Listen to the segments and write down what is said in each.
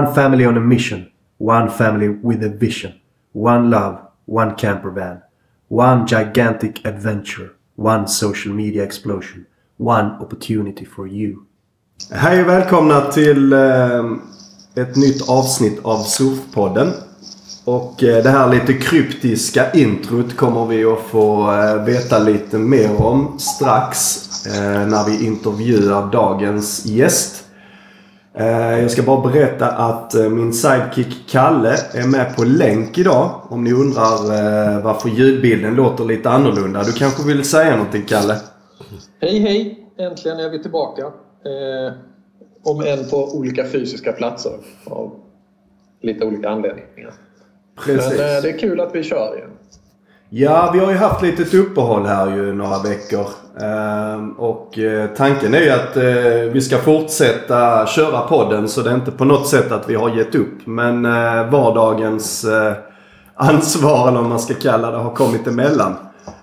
One family on a mission. One family with a vision. One love. One camper van. One gigantic adventure. One social media explosion. One opportunity for you. Hej och välkomna till ett nytt avsnitt av Surfpodden. Och det här lite kryptiska introt kommer vi att få veta lite mer om strax när vi intervjuar dagens gäst. Jag ska bara berätta att min sidekick Kalle är med på länk idag. Om ni undrar varför ljudbilden låter lite annorlunda. Du kanske vill säga någonting, Kalle? Hej! Äntligen är vi tillbaka. Om än på olika fysiska platser av lite olika anledningar. Precis. Men det är kul att vi kör igen. Ja, vi har ju haft lite uppehåll här ju några veckor. Och tanken är ju att vi ska fortsätta köra podden, så det är inte på något sätt att vi har gett upp. Men vardagens ansvar, eller vad man ska kalla det, har kommit emellan.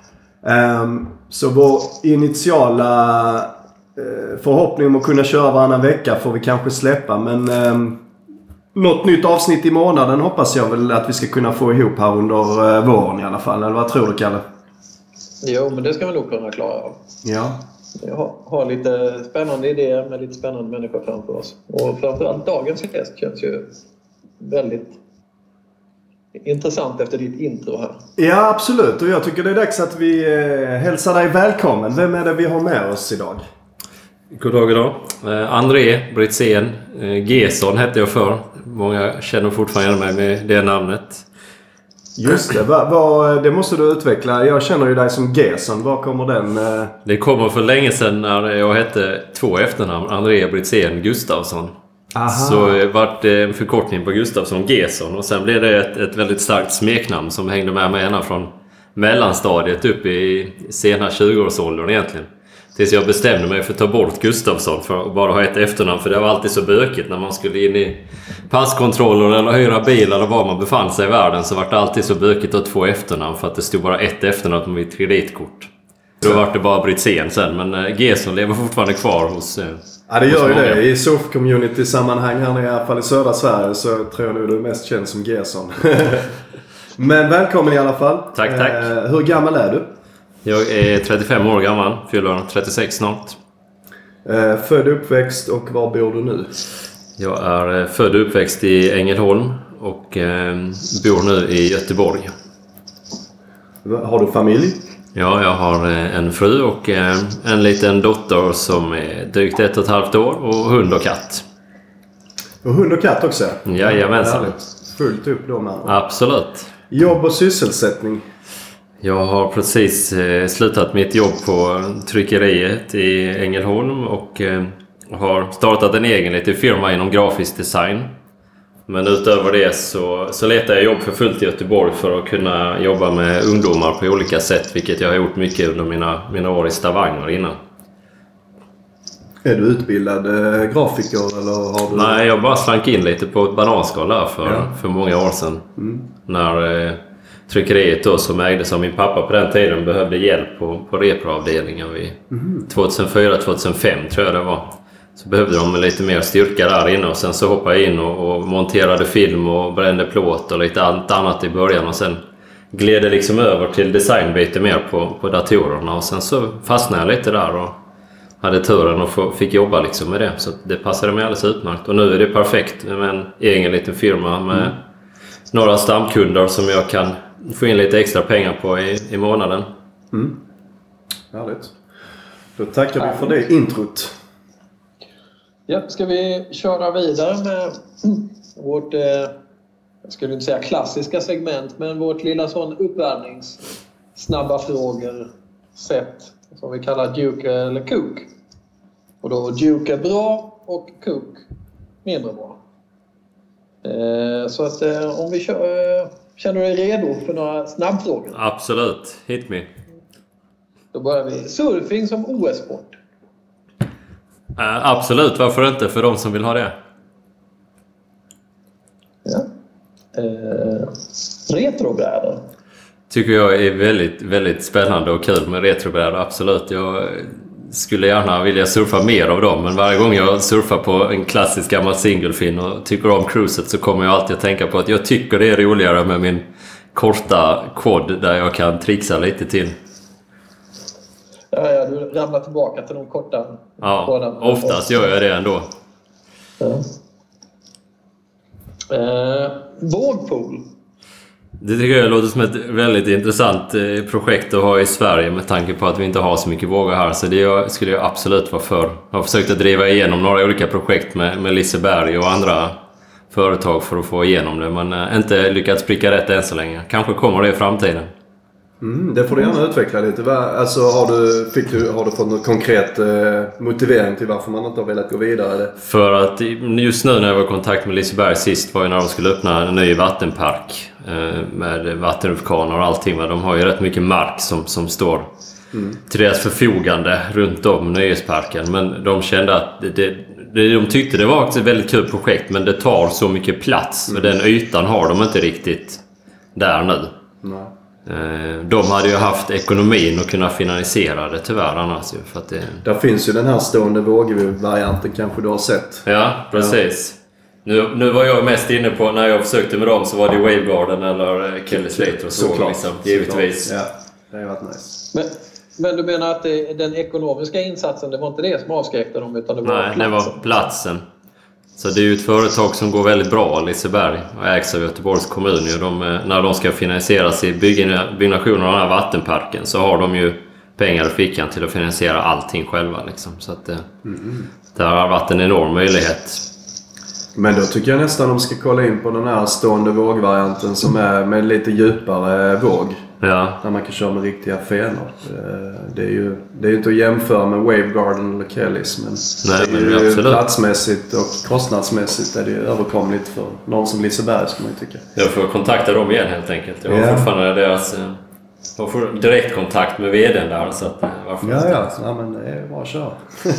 Så vår initiala förhoppning om att kunna köra varannan vecka får vi kanske släppa. Men något nytt avsnitt i månaden hoppas jag väl att vi ska kunna få ihop här under våren i alla fall. Eller vad tror du, Kalle? Jo, men det ska vi nog kunna klara av. Ja. Jag har lite spännande idéer med lite spännande människor framför oss. Och framförallt dagens gäst känns ju väldigt intressant efter ditt intro här. Ja, absolut. Och jag tycker det är dags att vi hälsar dig välkommen. Vem är det vi har med oss idag? God dag idag. André Britzén. Gesson hette jag för. Många känner fortfarande mig med det namnet. Just det. Det måste du utveckla. Jag känner ju dig som Gesson. Var kommer den? Det kommer för länge sedan när jag hette två efternamn. André Britzén Gustafsson. Aha. Så vart det en förkortning på Gustafsson Gesson. Och sen blev det ett väldigt starkt smeknamn som hängde med mig ända från mellanstadiet upp i sena 20-årsåldern egentligen. Tills jag bestämde mig för att ta bort Gustafsson för att bara ha ett efternamn. För det var alltid så bökigt när man skulle in i passkontroller eller hyra bil eller var man befann sig i världen. Så var det alltid så bökigt att ha två efternamn för att det stod bara ett efternamn på mitt kreditkort. Då var det bara Britzén sen, men Gesson lever fortfarande kvar hos ja, det gör ju det. I surf-community-sammanhang här i alla fall i södra Sverige så tror jag nu du är mest känd som Gesson. Men välkommen i alla fall. Tack. Hur gammal är du? Jag är 35 år gammal, fyller 36 snart. Född, uppväxt och var bor du nu? Jag är född och uppväxt i Ängelholm och bor nu i Göteborg. Har du familj? Ja, jag har en fru och en liten dotter som är drygt 1,5 år och hund och katt. Och hund och katt också? Jajamensan. Fullt upp då med. Absolut. Jobb och sysselsättning? Jag har precis slutat mitt jobb på tryckeriet i Ängelholm och har startat en egen liten firma inom grafisk design. Men utöver det så letar jag jobb för fullt i Göteborg för att kunna jobba med ungdomar på olika sätt, vilket jag har gjort mycket under mina år i Stavanger innan. Är du utbildad grafiker eller har du... Nej, jag bara slank in lite på ett bananskal där för många år sedan. När tryckeriet då som ägdes av min pappa på den tiden behövde hjälp på reproavdelningen vid 2004-2005 tror jag det var. Så behövde de lite mer styrka där inne och sen så hoppade jag in och monterade film och brände plåt och lite annat i början och sen gled det liksom över till designbiten mer på datorerna och sen så fastnade jag lite där och hade turen och fick jobba liksom med det, så det passade mig alldeles utmärkt och nu är det perfekt med en egen liten firma med några stamkunder som jag kan få in lite extra pengar på i månaden. Härligt. Då tackar vi för det introt. Ja, ska vi köra vidare med vårt, jag skulle inte säga klassiska segment, men vårt lilla sån uppvärmnings snabba frågor sätt som vi kallar Duke eller Cook. Och då Duke är bra och Cook mindre bra. Så att om vi känner dig redo för några snabbfrågor? Absolut, hit me. Då börjar vi. Surfing som OS-sport? Absolut, varför inte för de som vill ha det? Ja. Retrobrädor? Tycker jag är väldigt, väldigt spännande och kul med retrobrädor, absolut. Jag skulle gärna vilja surfa mer av dem. Men varje gång jag surfar på en klassisk gammal singelfin och tycker om cruiset, så kommer jag alltid att tänka på att jag tycker det är roligare med min korta quad där jag kan trixa lite till. Ja, du ramlar tillbaka till de korta. Ja, oftast gör jag det ändå. Ja. Vågpool. Det tycker jag låter som ett väldigt intressant projekt att ha i Sverige, med tanke på att vi inte har så mycket vågor här. Så det skulle jag absolut vara för. Jag har försökt att driva igenom några olika projekt med Liseberg och andra företag för att få igenom det, men inte lyckats pricka rätt än så länge. Kanske kommer det i framtiden. Det får du gärna utveckla lite. Alltså, har du fått något konkret motivering till varför man inte har velat gå vidare? För att just nu när jag var i kontakt med Liseberg sist var ju när de skulle öppna en ny vattenpark med vattenrutschkanor och allting. Men de har ju rätt mycket mark som står till deras förfogande runt om nöjesparken. Men de kände att de tyckte det var ett väldigt kul projekt, men det tar så mycket plats. För den ytan har de inte riktigt där nu. Nej. De hade ju haft ekonomin och kunna finansiera det tyvärr annars ju, för att det... Där finns ju den här stående vågvarianten, kanske du har sett. Ja, precis. Ja. Nu var jag mest inne på, när jag försökte med dem, så var det Wavegarden eller Kelly Slater och så liksom, givetvis. Ja, det har varit nice. Men du menar att den ekonomiska insatsen, det var inte det som avskräckte dem, utan det var platsen? Nej, det var platsen. Så det är ju ett företag som går väldigt bra, Liseberg, och ägs av Göteborgs kommun. När de ska finansiera sig byggnationen av den här vattenparken, så har de ju pengar i fickan till att finansiera allting själva. Liksom. Så att det har varit en enorm möjlighet. Men då tycker jag nästan de ska kolla in på den här stående vågvarianten som är med lite djupare våg. Ja. Där man kan köra med riktiga fenor. Det är ju inte att jämföra med Wavegarden eller Kellys, men nej, det är ju absolut. platsmässigt och kostnadsmässigt är det ju överkomligt för någon som Liseberg, ska man ju tycka. Jag får kontakta dem igen helt enkelt. Jag har fortfarande deras... Jag får direktkontakt med vdn där, så att varför Ja, men det är bara att köra.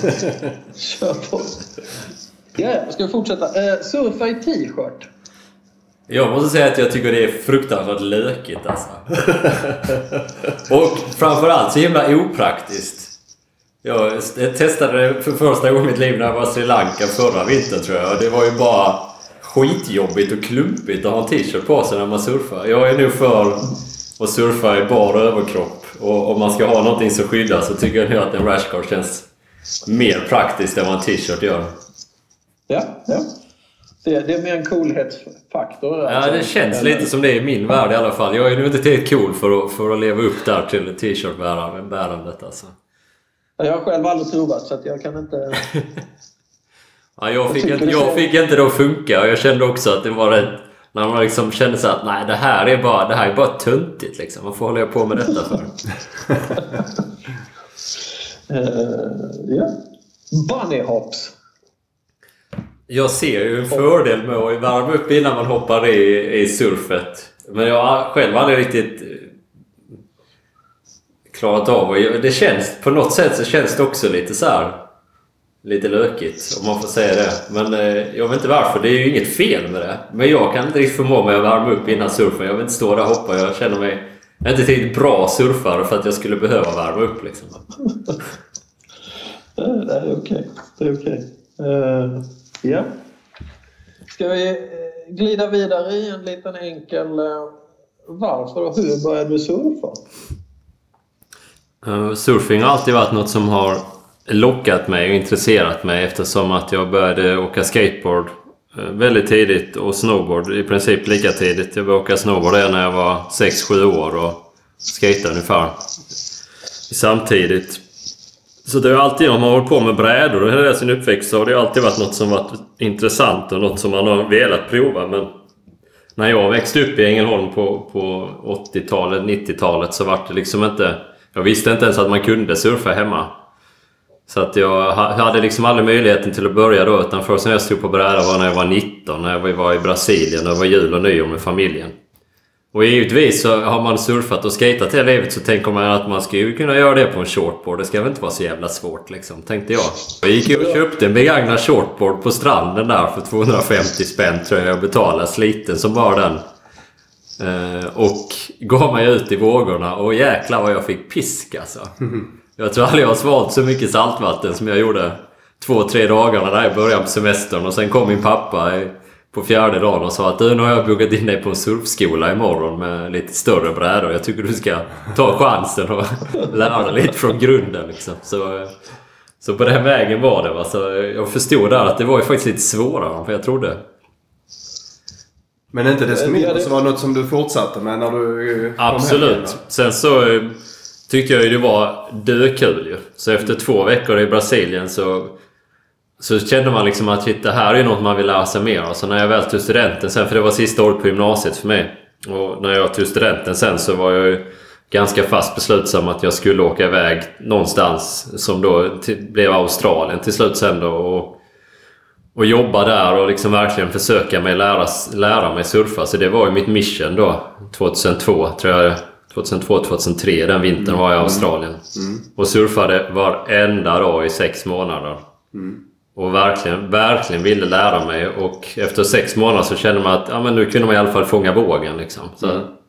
Kör på. Ja, ska vi fortsätta? Surfa i t-shirt. Jag måste säga att jag tycker det är fruktansvärt lökigt alltså. Och framförallt så himla opraktiskt. Jag testade det för första gången i mitt liv när jag var i Sri Lanka förra vintern, tror jag. Det var ju bara skitjobbigt och klumpigt att ha en t-shirt på sig när man surfar. Jag är nu för att surfa i bar överkropp. Och om man ska ha någonting som skyddar, så tycker jag nu att en rashguard känns mer praktiskt än vad en t-shirt gör. Ja. Det är mer en coolhetsfaktor. Ja, det känns lite som det är i min värld i alla fall. Jag är nu inte tillräckligt cool för att leva upp där till t-shirt-bärandet alltså. Jag har själv aldrig provat, så att jag kan inte... Ja, jag fick inte det att funka, och jag kände också att det var rätt... När man liksom kände så att nej, det här är bara tuntigt liksom. Vad får hålla på med detta för? Ja. Bunny hops. Jag ser ju en fördel med att värma upp innan man hoppar i surfet. Men jag har själv aldrig riktigt klarat av. Och det känns, på något sätt så känns det också lite så här, lite lökigt, om man får säga det. Men jag vet inte varför, det är ju inget fel med det. Men jag kan inte riktigt förmå mig att värma upp innan surfen. Jag vill inte stå där och hoppa. Jag känner mig inte riktigt bra surfare för att jag skulle behöva värma upp liksom. Det är okej. Ja. Ska vi glida vidare i en liten enkel varför och hur började du surfa? Surfing har alltid varit något som har lockat mig och intresserat mig, eftersom att jag började åka skateboard väldigt tidigt och snowboard i princip lika tidigt. Jag började åka snowboard när jag var 6-7 år och skejtade ungefär samtidigt. Så det har alltid, om man hållit på med brädor och hela sin uppväxt, så har det alltid varit något som varit intressant och något som man har velat prova. Men när jag växte upp i Ängelholm på 80-talet, 90-talet, så var det liksom inte... Jag visste inte ens att man kunde surfa hemma. Så att jag hade liksom aldrig möjligheten till att börja då, utan först när jag stod på bräda var när jag var 19, när jag var i Brasilien och det var jul och nyår med familjen. Och givetvis så har man surfat och skatat hela livet, så tänker man att man ska ju kunna göra det på en shortboard. Det ska väl inte vara så jävla svårt liksom, tänkte jag. Jag gick och köpte en begagnad shortboard på stranden där för 250 spänn, tror jag betalade, sliten som bara den. Och gav mig ut i vågorna, och jäklar vad jag fick pisk alltså. Jag tror aldrig jag har svalt så mycket saltvatten som jag gjorde 2-3 dagarna där i början på semestern. Och sen kom min pappa på 4:e dagen och sa att nu har jag bokat in dig på en surfskola imorgon med lite större brädor. Jag tycker du ska ta chansen och lära dig lite från grunden liksom. Så på den vägen var det. Så jag förstod där att det var ju faktiskt lite svårare än vad jag trodde. Men inte desto mindre så var det något som du fortsatte med när du Absolut. Sen så tyckte jag ju det var dökul ju. Så efter 2 veckor i Brasilien så kände man liksom att det här är ju något man vill lära sig mer. Och så när jag väl tog studenten sen, för det var sista året på gymnasiet för mig. Och när jag tog studenten sen så var jag ju ganska fast beslutsam att jag skulle åka iväg någonstans som då blev Australien till slut sen då. Och jobba där och liksom verkligen försöka mig lära mig surfa. Så det var ju mitt mission då. 2002 tror jag. 2002-2003 den vintern var jag i Australien. Och surfade varenda dag i 6 månader. Och verkligen ville lära mig. Och efter 6 månader så kände man att men nu kunde man i alla fall fånga vågen liksom. Så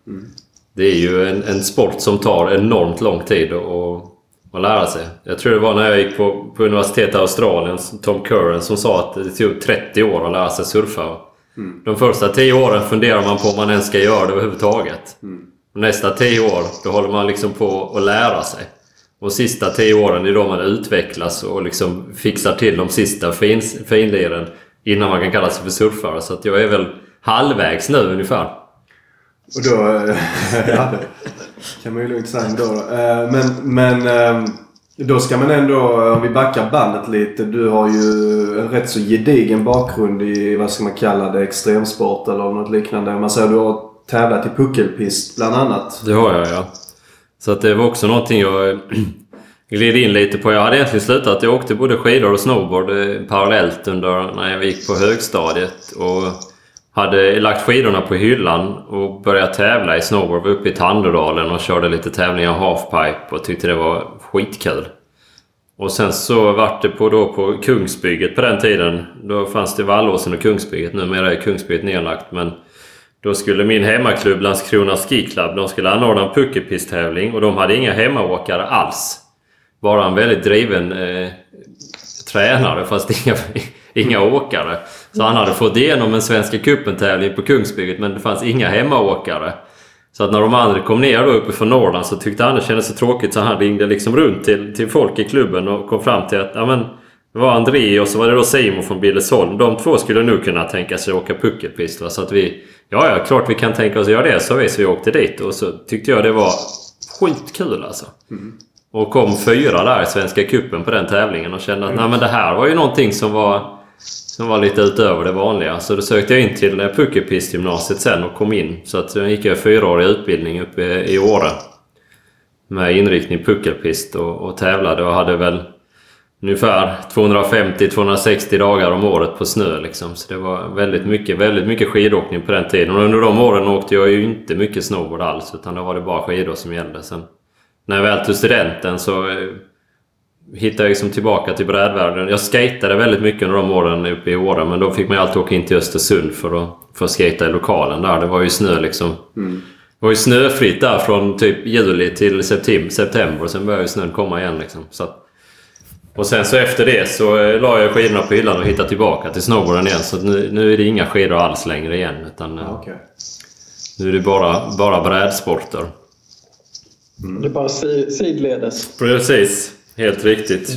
det är ju en sport som tar enormt lång tid att lära sig. Jag tror det var när jag gick på universitetet i Australien, Tom Curran, som sa att det tog 30 år att lära sig surfa. De första 10 åren funderar man på om man ens ska göra det överhuvudtaget. Nästa 10 år, då håller man liksom på att lära sig. Och sista 10 åren är då man utvecklas och liksom fixar till de sista finleden innan man kan kalla sig för surfare. Så att jag är väl halvvägs nu ungefär. Och då ja, kan man ju lugnt säga då. Men då ska man ändå, om vi backar bandet lite, du har ju en rätt så gedigen bakgrund i, vad ska man kalla det, extremsport eller något liknande. Man säger du har tävlat i puckelpist bland annat. Det har jag, ja. Så att det var också någonting jag gled in lite på. Jag hade egentligen slutat. Jag åkte både skidor och snowboard parallellt när jag gick på högstadiet. Och hade lagt skidorna på hyllan och började tävla i snowboard uppe i Tandådalen och körde lite tävlingar halfpipe och tyckte det var skitkul. Och sen så var det på Kungsbygget på den tiden. Då fanns det Vallåsen och Kungsbygget. Numera är Kungsbygget nedlagt, men då skulle min hemmaklubb Landskrona Ski Club, de skulle anordna en puckelpisttävling och de hade inga hemmaåkare alls. Bara en väldigt driven tränare, fast inga åkare. Så han hade fått igenom en Svenska cupen-tävling på Kungsbygget, men det fanns inga hemmaåkare. Så att när de andra kom ner då uppe från Norrland så tyckte han det kändes så tråkigt, så han ringde liksom runt till folk i klubben och kom fram till att det var André och så var det då Simon från Billesholm. De två skulle nu kunna tänka sig åka puckelpist. Så att vi, klart vi kan tänka oss att göra det. Så vi åkte dit och så tyckte jag det var skitkul alltså. Och kom 4 där i Svenska cupen på den tävlingen och kände att men det här var ju någonting som var lite utöver det vanliga. Så då sökte jag in till puckelpistgymnasiet sen och kom in. Så att jag gick 4-årig utbildning uppe i Åre med inriktning puckelpist och tävlade och hade väl ungefär 250-260 dagar om året på snö liksom. Så det var väldigt mycket skidåkning på den tiden. Och under de åren åkte jag ju inte mycket snowboard alls, utan då var det bara skidor som gällde. Sen när jag väl tog studenten så hittade jag liksom tillbaka till brädvärlden. Jag skatade väldigt mycket under de åren uppe i Åre, men då fick man ju alltid åka in till Östersund för att skata i lokalen där. Det var ju snö liksom. Det var ju snöfritt där från typ juli till september och sen började ju snön komma igen liksom. Så att, och sen så efter det så la jag skidorna på hyllan och hittade tillbaka till snowboarden igen. Så nu är det inga skidor alls längre igen, utan nu är det bara brädsporter. Det är bara sidledes. Precis, helt riktigt.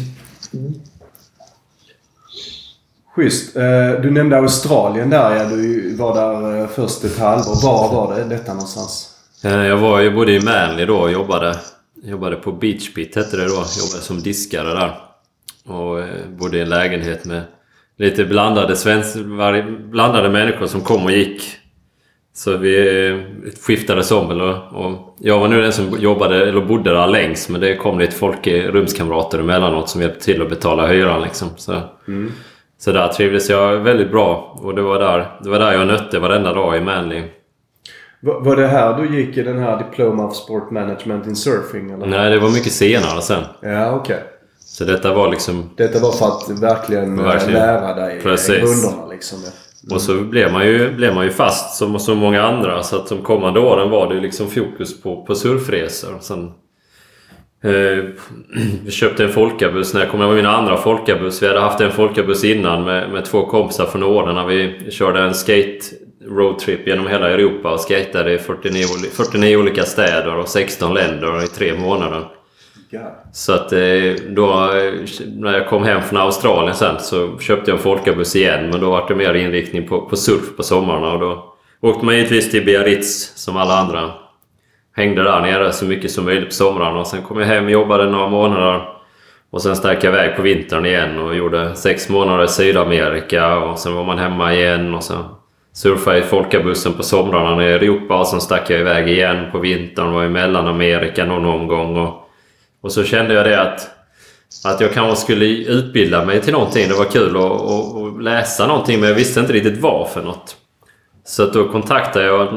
Schysst. Du nämnde Australien där. Ja, du var där först ett halvår. Var var det detta någonstans? Jag bodde i Manly då och jobbade på Beach Pit hette det då. Jobbade som diskare där. Och bodde i en lägenhet med lite blandade människor som kom och gick. Så vi skiftades om. Och jag var nu den som jobbade eller bodde där längst. Men det kom lite folk, rumskamrater emellanåt, som hjälpte till att betala hyran liksom. Så där trivdes jag väldigt bra. Och det var där jag nötte varenda dag i Manly. Var det här du gick i den här Diploma of Sport Management in Surfing? Eller? Nej, det var mycket senare sen. Ja, okej. Så detta var liksom... Detta var för att verkligen lära dig grunderna liksom. Ja. Och så blev man ju fast som så många andra. Så att de kommande åren var det liksom fokus på surfresor. Sen Vi köpte en folkabuss när jag kom med min andra folkabuss. Vi hade haft en folkabuss innan med 2 kompisar från Åren när vi körde en skate roadtrip genom hela Europa och skatade i 49 olika städer och 16 länder i 3 månader. Så att då när jag kom hem från Australien sen så köpte jag en folkabuss igen, men då var det mer inriktning på surf på sommarna, och då åkte man givetvis till Biarritz som alla andra. Hängde där nere så mycket som möjligt på somrarna, och sen kom jag hem och jobbade några månader och sen stack jag iväg på vintern igen och gjorde 6 månader i Sydamerika, och sen var man hemma igen och sen surfade i folkabussen på somrarna i Europa, och sen stack jag iväg igen på vintern, var i Mellanamerika någon omgång, och så kände jag det att jag kanske skulle utbilda mig till någonting. Det var kul att läsa någonting, men jag visste inte riktigt vad för något. Så att då kontaktade jag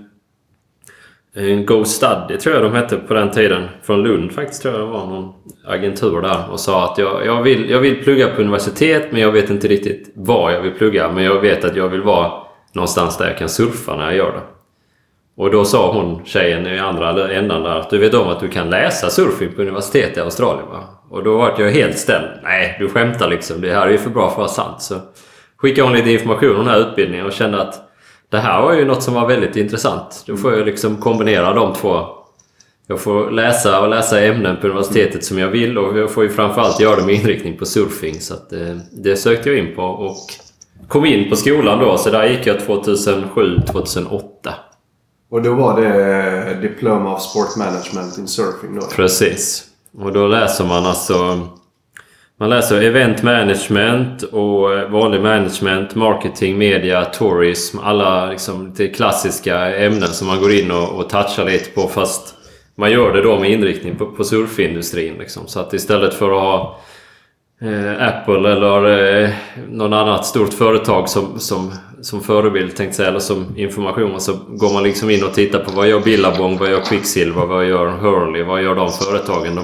en Go Study, tror jag de hette på den tiden, från Lund faktiskt, tror jag det var någon agentur där, och sa att jag vill plugga på universitet, men jag vet inte riktigt vad jag vill plugga, men jag vet att jag vill vara någonstans där jag kan surfa när jag gör det. Och då sa hon, tjejen i andra ändan där, att du vet om att du kan läsa surfing på universitet i Australien, va? Och då var jag helt ställd. Nej, du skämtar liksom. Det här är ju för bra för att vara sant. Så skickade hon lite information om den här utbildningen och kände att det här var ju något som var väldigt intressant. Då får jag liksom kombinera de två. Jag får läsa ämnen på universitetet som jag vill, och jag får ju framförallt göra det med inriktning på surfing. Så att, det sökte jag in på och kom in på skolan då. Så där gick jag 2007-2008. Och då var det Diploma of Sport Management in Surfing då? Precis. Och då läser man man läser event management och vanlig management, marketing, media, tourism. Alla liksom lite klassiska ämnen som man går in och touchar lite på, fast man gör det då med inriktning på surfindustrin. Liksom. Så att istället för att ha Apple eller någon annat stort företag som förebild, tänkte säga, eller som information, så går man liksom in och tittar på vad gör Billabong, vad gör Quicksilver, vad gör Hurley, vad gör de företagen.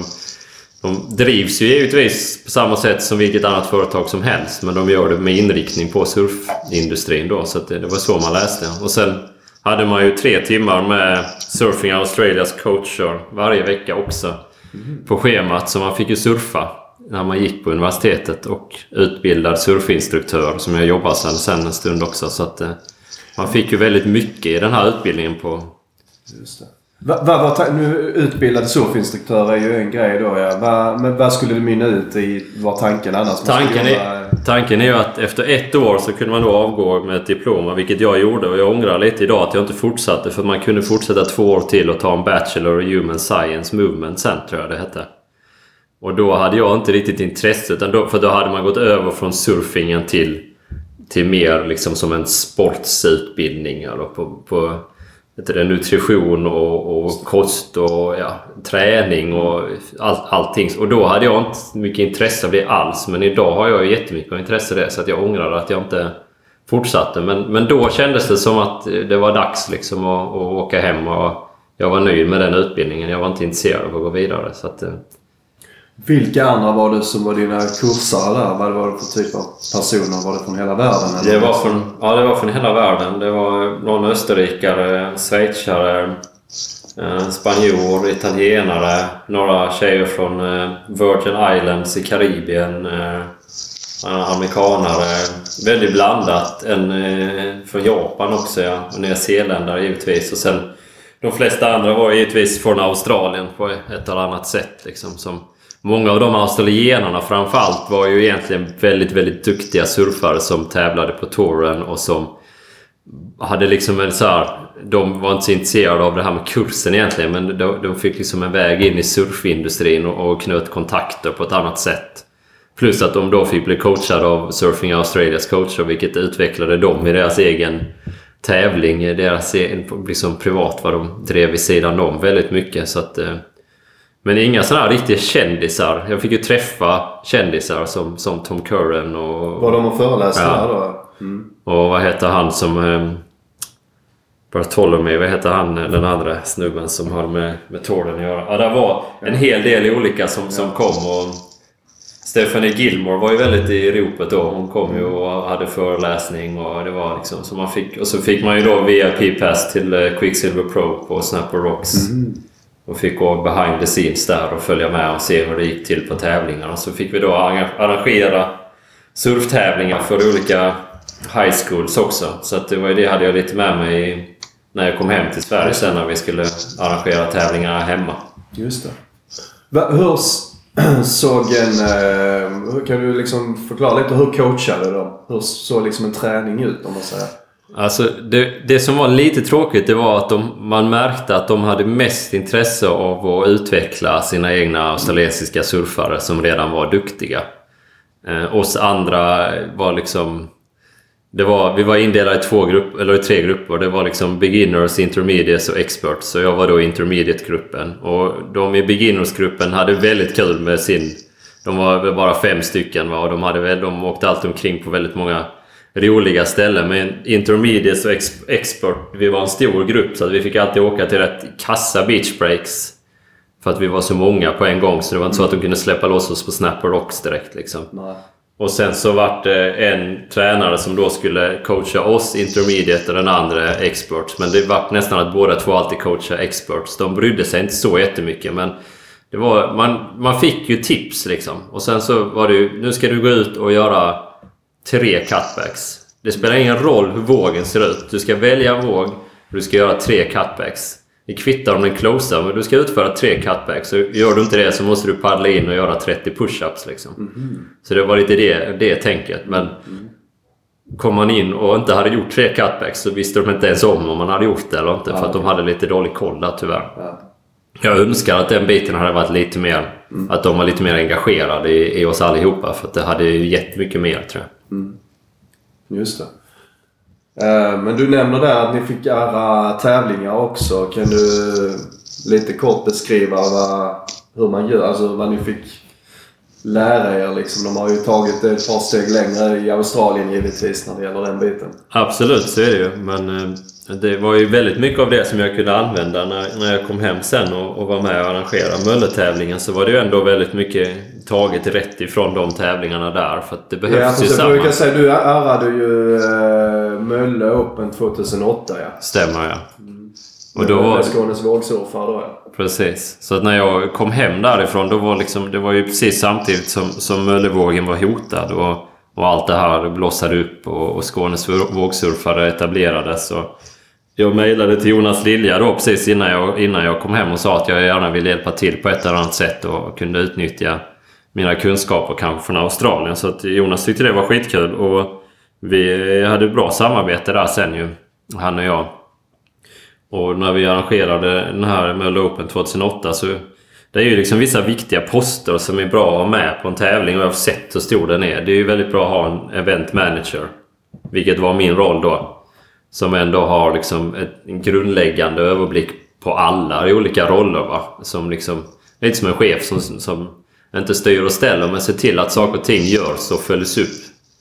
De drivs ju givetvis på samma sätt som vilket annat företag som helst, men de gör det med inriktning på surfindustrin då, så att det var så man läste. Och sen hade man ju 3 timmar med Surfing Australias coacher varje vecka också på schemat, så man fick ju surfa när man gick på universitetet, och utbildad surfinstruktör som jag jobbade sen en stund också, så att man fick ju väldigt mycket i den här utbildningen på. Just det. Nu utbildad surfinstruktör är ju en grej då, ja. Men vad skulle det mynna ut i, var tanken annars? Tanken är ju att efter 1 år så kunde man då avgå med ett diploma, vilket jag gjorde, och jag ångrar lite idag att jag inte fortsatte, för man kunde fortsätta 2 år till och ta en Bachelor i Human Science Movement Center, tror jag det hette. Och då hade jag inte riktigt intresse, för då hade man gått över från surfingen till mer liksom som en sportsutbildning, eller på nutrition och kost och träning och allting. Och då hade jag inte mycket intresse av det alls, men idag har jag jättemycket intresse av det, så att jag ångrar att jag inte fortsatte. Men då kändes det som att det var dags liksom att åka hem, och jag var nöjd med den utbildningen. Jag var inte intresserad av att gå vidare, så att. Vilka andra var det som var dina kursare där? Vad var det för typ av personer? Var det från hela världen? Eller? Det var från hela världen. Det var någon österrikare, schweizare, spanjor, italienare, några tjejer från Virgin Islands i Karibien, amerikanare. Väldigt blandat. En från Japan också, ja. Och nyzeeländare givetvis. Och sen de flesta andra var givetvis från Australien på ett eller annat sätt liksom, som många av de australienarna framförallt var ju egentligen väldigt, väldigt duktiga surfare som tävlade på touren, och som hade liksom en så här, de var inte så intresserade av det här med kursen egentligen, men de fick liksom en väg in i surfindustrin och knöt kontakter på ett annat sätt. Plus att de då fick bli coachade av Surfing Australias coacher, vilket utvecklade dem i deras egen tävling, deras liksom privat, vad de drev i sidan om väldigt mycket. Så att, men inga sådana här riktiga kändisar. Jag fick ju träffa kändisar som Tom Curran och... Var de och föreläste här då? Mm. Och vad heter han som... Bartholomew, vad heter han, den andra snubben som har med touren att göra? Ja, det var en hel del olika som kom, och Stephanie Gilmore var ju väldigt i ropet då. Hon kom ju och hade föreläsning, och det var liksom så fick man ju då VIP-pass till Quicksilver Pro på Snapper Rocks. och fick gå behind the scenes där och följa med och se hur det gick till på tävlingarna. Så fick vi då arrangera surftävlingar för olika high schools också. Så att det hade jag lite med mig när jag kom hem till Sverige sen när vi skulle arrangera tävlingar hemma. Just det. Hur kan du liksom förklara lite hur coachade de? Hur såg liksom en träning ut om man säger? Alltså det som var lite tråkigt, det var att man märkte att de hade mest intresse av att utveckla sina egna australiensiska surfare som redan var duktiga. Oss andra var liksom... vi var indelade i 2 grupper, eller i 3 grupper. Det var liksom beginners, intermediates och experts. Så jag var då i intermediate-gruppen. Och de i beginners-gruppen hade väldigt kul med de var bara 5 stycken, va? Och de åkte alltid omkring på väldigt många roliga ställen. Men intermediates och expert, vi var en stor grupp, så att vi fick alltid åka till rätt kassa beach breaks. För att vi var så många på en gång. Så det var inte så att de kunde släppa loss oss på Snapper Rocks direkt liksom. Nej. Och sen så var det en tränare som då skulle coacha oss intermediate och den andra experts. Men det var nästan att båda två alltid coacha experts. De brydde sig inte så jättemycket, men det var, man fick ju tips liksom. Och sen så var det ju, nu ska du gå ut och göra 3 cutbacks. Det spelar ingen roll hur vågen ser ut. Du ska välja en våg och du ska göra 3 cutbacks. Det kvittar om den closar, men du ska utföra 3 cutbacks. Så gör du inte det så måste du paddla in och göra 30 push-ups liksom. Så det var lite det tänket. Men kom man in och inte hade gjort 3 cutbacks så visste de inte ens om man hade gjort det eller inte. För att de hade lite dålig koll där tyvärr. Jag önskar att den biten hade varit lite mer... Att de var lite mer engagerade i oss allihopa. För att det hade ju jättemycket mer, tror jag. Just det. Men du nämner där att ni fick göra tävlingar också. Kan du lite kort beskriva hur man gör? Alltså vad ni fick lära er liksom. De har ju tagit ett par steg längre i Australien givetvis när det gäller den biten. Absolut, så är det ju. Men det var ju väldigt mycket av det som jag kunde använda när jag kom hem sen och var med och arrangera Mölle-tävlingen. Så var det ju ändå väldigt mycket taget rätt ifrån de tävlingarna där. För att det behövs ju samma. Jag brukar säga, du ärrade ju Mölle Open 2008, ja. Stämmer, ja. Och då var Skånes vågsurfare då, ja. Precis. Så att när jag kom hem därifrån, då var liksom, det var ju precis samtidigt som Möllevågen var hotad och allt det här blossade upp och Skånes vågsurfare etablerades. Och jag mejlade till Jonas Lilja då precis innan jag kom hem och sa att jag gärna ville hjälpa till på ett eller annat sätt och kunde utnyttja mina kunskaper kanske från Australien. Så att Jonas tyckte det var skitkul och vi hade bra samarbete där sen ju, han och jag. Och när vi arrangerade den här Mölle Open 2008 så det är ju liksom vissa viktiga poster som är bra att ha med på en tävling och jag har sett hur stor den är. Det är ju väldigt bra att ha en event manager, vilket var min roll då. Som ändå har liksom en grundläggande överblick på alla olika roller, va? Som liksom, lite som en chef som inte styr och ställer men ser till att saker och ting görs och följs upp.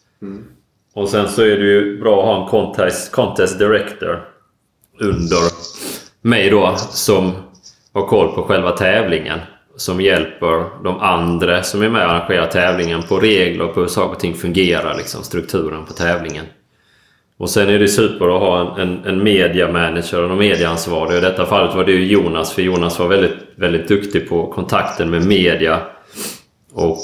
Och sen så är det ju bra att ha en contest director under mig då som har koll på själva tävlingen, som hjälper de andra som är med och arrangerar tävlingen på regler och på hur saker och ting fungerar, liksom strukturen på tävlingen. Och sen är det super att ha en media manager och en mediaansvarig. I detta fallet var det ju Jonas, för Jonas var väldigt, väldigt duktig på kontakten med media. Och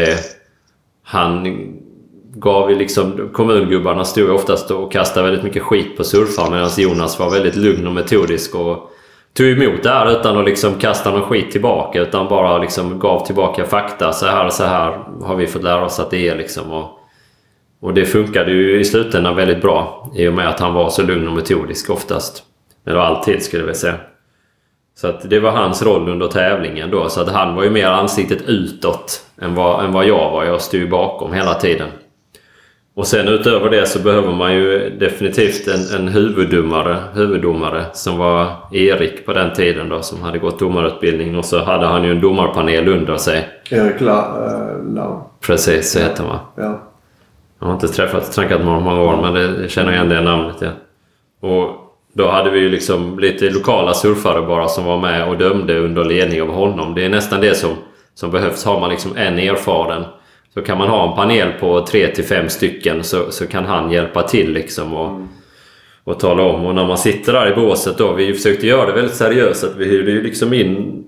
han gav ju liksom, kommungubbarna stod ju oftast och kastade väldigt mycket skit på surfaren, medan Jonas var väldigt lugn och metodisk och tog emot det här utan att liksom kasta någon skit tillbaka, utan bara liksom gav tillbaka fakta. Så här har vi fått lära oss att det är liksom. Och det funkade ju i slutändan väldigt bra i och med att han var så lugn och metodisk oftast. Eller alltid skulle jag säga. Så att det var hans roll under tävlingen då. Så att han var ju mer ansiktet utåt än vad jag var. Jag stod ju bakom hela tiden. Och sen utöver det så behöver man ju definitivt en huvuddomare som var Erik på den tiden då, som hade gått domarutbildning. Och så hade han ju en domarpanel under sig. Erik Lau. Precis, så heter man. Ja. Jag har inte tränkat med honom många år, men det känner igen det namnet, ja. Och då hade vi ju liksom lite lokala surfare bara som var med och dömde under ledning av honom. Det är nästan det som behövs. Har man liksom en erfaren så kan man ha en panel på 3 till 5 stycken så kan han hjälpa till liksom och tala om. Och när man sitter där i båset då, vi försökte göra det väldigt seriöst, att vi hyrde ju liksom in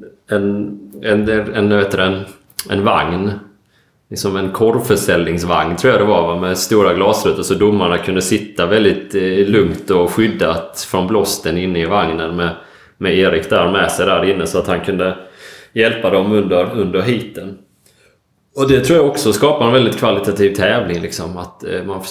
en vagn, liksom en korvförsäljningsvagn tror jag det var, med stora glasrutor, så domarna kunde sitta väldigt lugnt och skyddat från blåsten inne i vagnen med Erik där med sig där inne, så att han kunde hjälpa dem under heaten. Och det tror jag också skapar en väldigt kvalitativ tävling liksom, att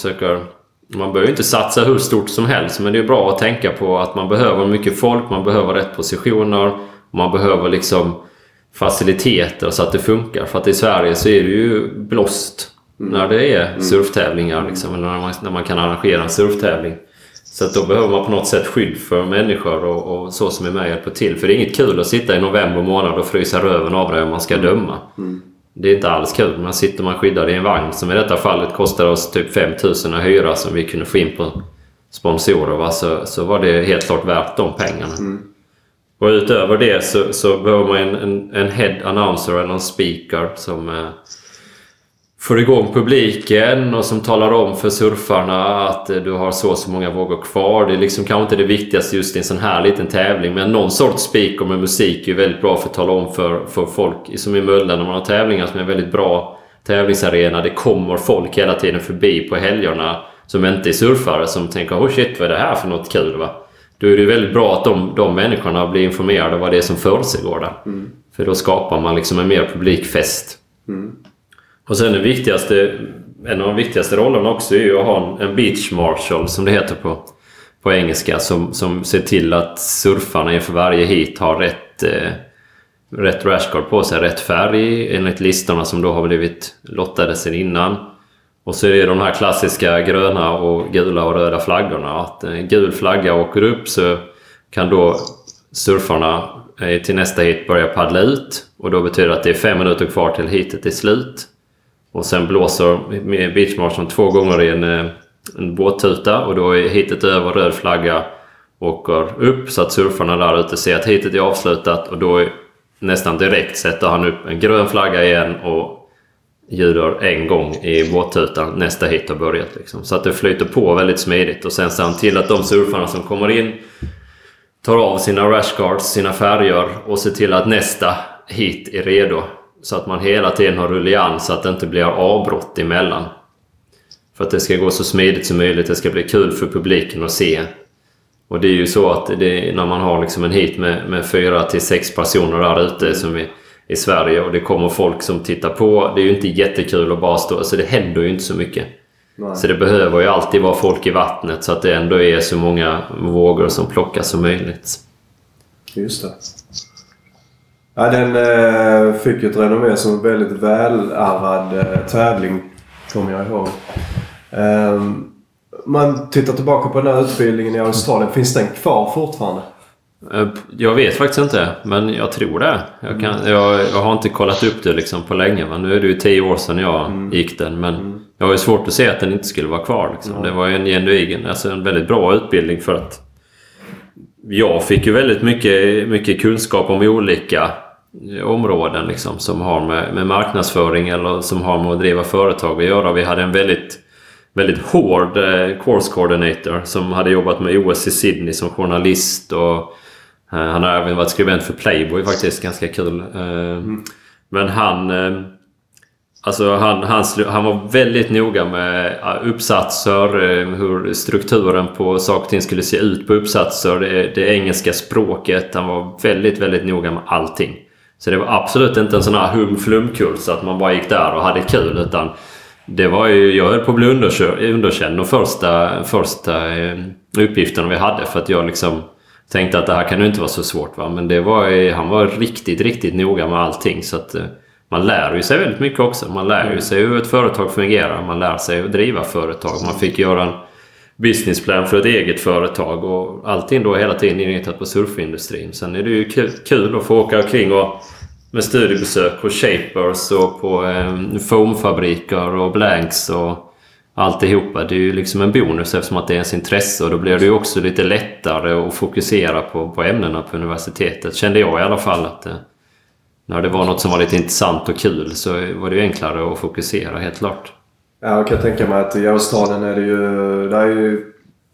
man behöver inte satsa hur stort som helst, men det är bra att tänka på att man behöver mycket folk, man behöver rätt positioner, man behöver liksom faciliteter så att det funkar. För att i Sverige så är det ju blåst när det är surftävlingar liksom, eller när man kan arrangera en surftävling. Så att då behöver man på något sätt skydd för människor och så som är med och hjälper till. För det är inget kul att sitta i november månad och frysa röven av det om man ska döma. Det är inte alls kul. Man sitter man skyddad i en vagn som i detta fallet kostar oss typ 5 000 att hyra, som vi kunde få in på sponsorer. Va? Så var det helt klart värt de pengarna. Och utöver det så behöver man en head announcer eller en speaker som får igång publiken och som talar om för surfarna att du har så många vågor kvar. Det är liksom kanske inte det viktigaste just i en sån här liten tävling, men någon sorts speaker med musik är väldigt bra för att tala om för folk som i Mölle, när man har tävlingar som är en väldigt bra tävlingsarena. Det kommer folk hela tiden förbi på helgerna som inte är surfare, som tänker oh shit, vad är det här för något kul va? Då är det väldigt bra att de människorna blir informerade vad det är som försiggår där. För då skapar man liksom en mer publikfest. Och sen en av de viktigaste rollerna också är ju att ha en beach marshal, som det heter på engelska, som ser till att surfarna inför varje hit har rätt rashguard på sig, rätt färg enligt listorna som då har blivit lottade sedan innan. Och så är det de här klassiska gröna och gula och röda flaggorna. Att en gul flagga åker upp så kan då surfarna till nästa hit börja paddla ut. Och då betyder det att det är 5 minuter kvar till hitet är slut. Och sen blåser beachmarschen 2 gånger i en båttuta. Och då är hitet över, röd flagga åker upp så att surfarna där ute ser att hitet är avslutat. Och då nästan direkt sätter han upp en grön flagga igen och ljuder en gång i båttutan. Nästa hit har börjat liksom. Så att det flyter på väldigt smidigt. Och sen ser han till att de surfarna som kommer in tar av sina rashguards, sina färger, och ser till att nästa hit är redo. Så att man hela tiden har rullians, så att det inte blir avbrott emellan. För att det ska gå så smidigt som möjligt. Det ska bli kul för publiken att se. Och det är ju så att när man har liksom en hit med 4 till 6 personer där ute som i Sverige, och det kommer folk som tittar på. Det är ju inte jättekul att bara stå, så det händer ju inte så mycket. Nej. Så det behöver ju alltid vara folk i vattnet, så att det ändå är så många vågor som plockas som möjligt. Just det. Ja, den fick ju ett renommé som en väldigt välarrad tävling, kommer jag ihåg. Man tittar tillbaka på den här utbildningen i Australien. Finns den kvar fortfarande? Jag vet faktiskt inte, men jag tror det. Jag har inte kollat upp det liksom på länge. Men nu är det ju 10 år sedan jag gick den. Men jag har ju svårt att se att den inte skulle vara kvar. Liksom. Det var ju en genuin, alltså en väldigt bra utbildning, för att jag fick ju väldigt mycket kunskap om olika områden liksom, som har med marknadsföring eller som har med att driva företag att göra. Vi hade en väldigt hård course coordinator som hade jobbat med OS i Sydney som journalist, och han har även varit skribent för Playboy, faktiskt ganska kul. Men han var väldigt noga med uppsatser, hur strukturen på saker och ting skulle se ut på uppsatser, det engelska språket. Han var väldigt, väldigt noga med allting. Så det var absolut inte en sån här hum-flum-kurs så att man bara gick där och hade kul, utan det var ju, jag höll på att bli underkänd de första uppgifterna vi hade, för att jag liksom tänkte att det här kan ju inte vara så svårt va? Men han var riktigt, riktigt noga med allting, så att man lär ju sig väldigt mycket också. Man lär ju sig hur ett företag fungerar, man lär sig att driva företag, man fick göra en businessplan för ett eget företag, och allting då hela tiden inriktat på surfindustrin. Sen är det ju kul att få åka omkring och med studiebesök på shapers och på foamfabriker och blanks och alltihopa. Det är ju liksom en bonus eftersom att det är ens intresse, och då blir det ju också lite lättare att fokusera på ämnena på universitetet. Kände jag i alla fall att när det var något som var lite intressant och kul så var det ju enklare att fokusera, helt klart. Ja, jag kan tänka mig att i Australien är det ju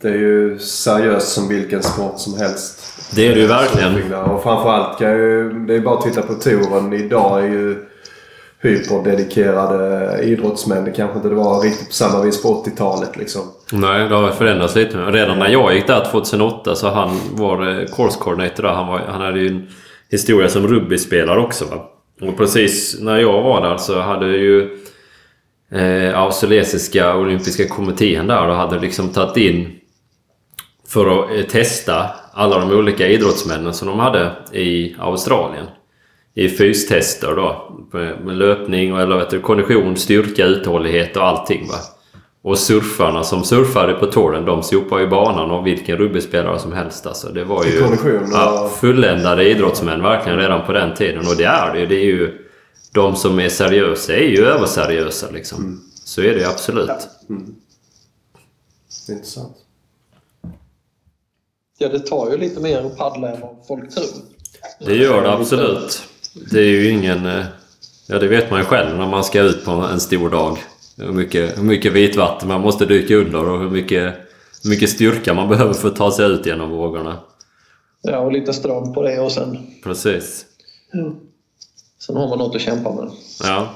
Det är ju seriöst som vilken sport som helst. Det är det ju verkligen. Och framförallt det är bara att titta på touren. Idag är ju hyperdedikerade idrottsmän. Det kanske inte var riktigt på samma vis på 80-talet liksom. Nej, det har förändrats lite. Redan när jag gick där 2008 så han var course coordinator där. Han hade ju en historia som rugbyspelare också, va? Och precis när jag var där så hade ju australiensiska olympiska kommittén där och hade liksom tagit in för att testa alla de olika idrottsmännen som de hade i Australien. I fystester då. Med löpning och eller kondition, styrka, uthållighet och allting, va. Och surfarna som surfade på touren, de sopade ju banan av vilken rugbyspelare som helst. Alltså. Det var ju fulländade idrottsmän verkligen redan på den tiden. Och det är ju de som är seriösa är ju överseriösa liksom. Så är det ju absolut. Ja. Intressant. Ja, det tar ju lite mer att paddla än vad folk tror. Det gör det absolut. Det är ju ingen... Ja, det vet man ju själv när man ska ut på en stor dag. Hur mycket vitvatten man måste dyka under och hur mycket styrka man behöver för att ta sig ut genom vågorna. Ja, och lite ström på det och sen... Precis. Sen har man något att kämpa med. Ja.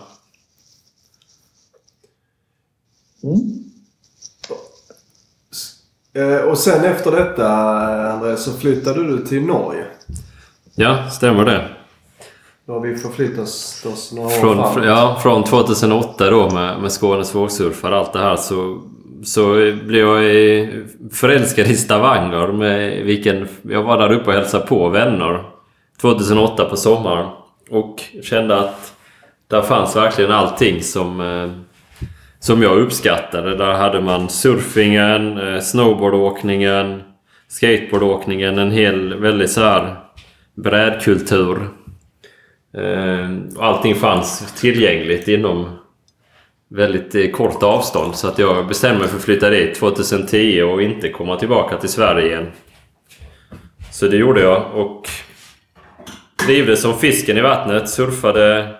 Och sen efter detta, Andreas, så flyttade du till Norge. Ja, stämmer det. Då har vi förflyttat oss några år framåt. Ja, från 2008 då med Skånes vågsurfar allt det här så blev jag förälskad i Stavanger med vilken jag var där uppe och hälsade på vänner 2008 på sommaren och kände att där fanns verkligen allting som jag uppskattade. Där hade man surfingen, snowboardåkningen, skateboardåkningen, en hel väldigt så här brädkultur. Allting fanns tillgängligt inom väldigt kort avstånd, så att jag bestämde mig för att flytta dit 2010 och inte komma tillbaka till Sverige igen. Så det gjorde jag och trivdes som fisken i vattnet, surfade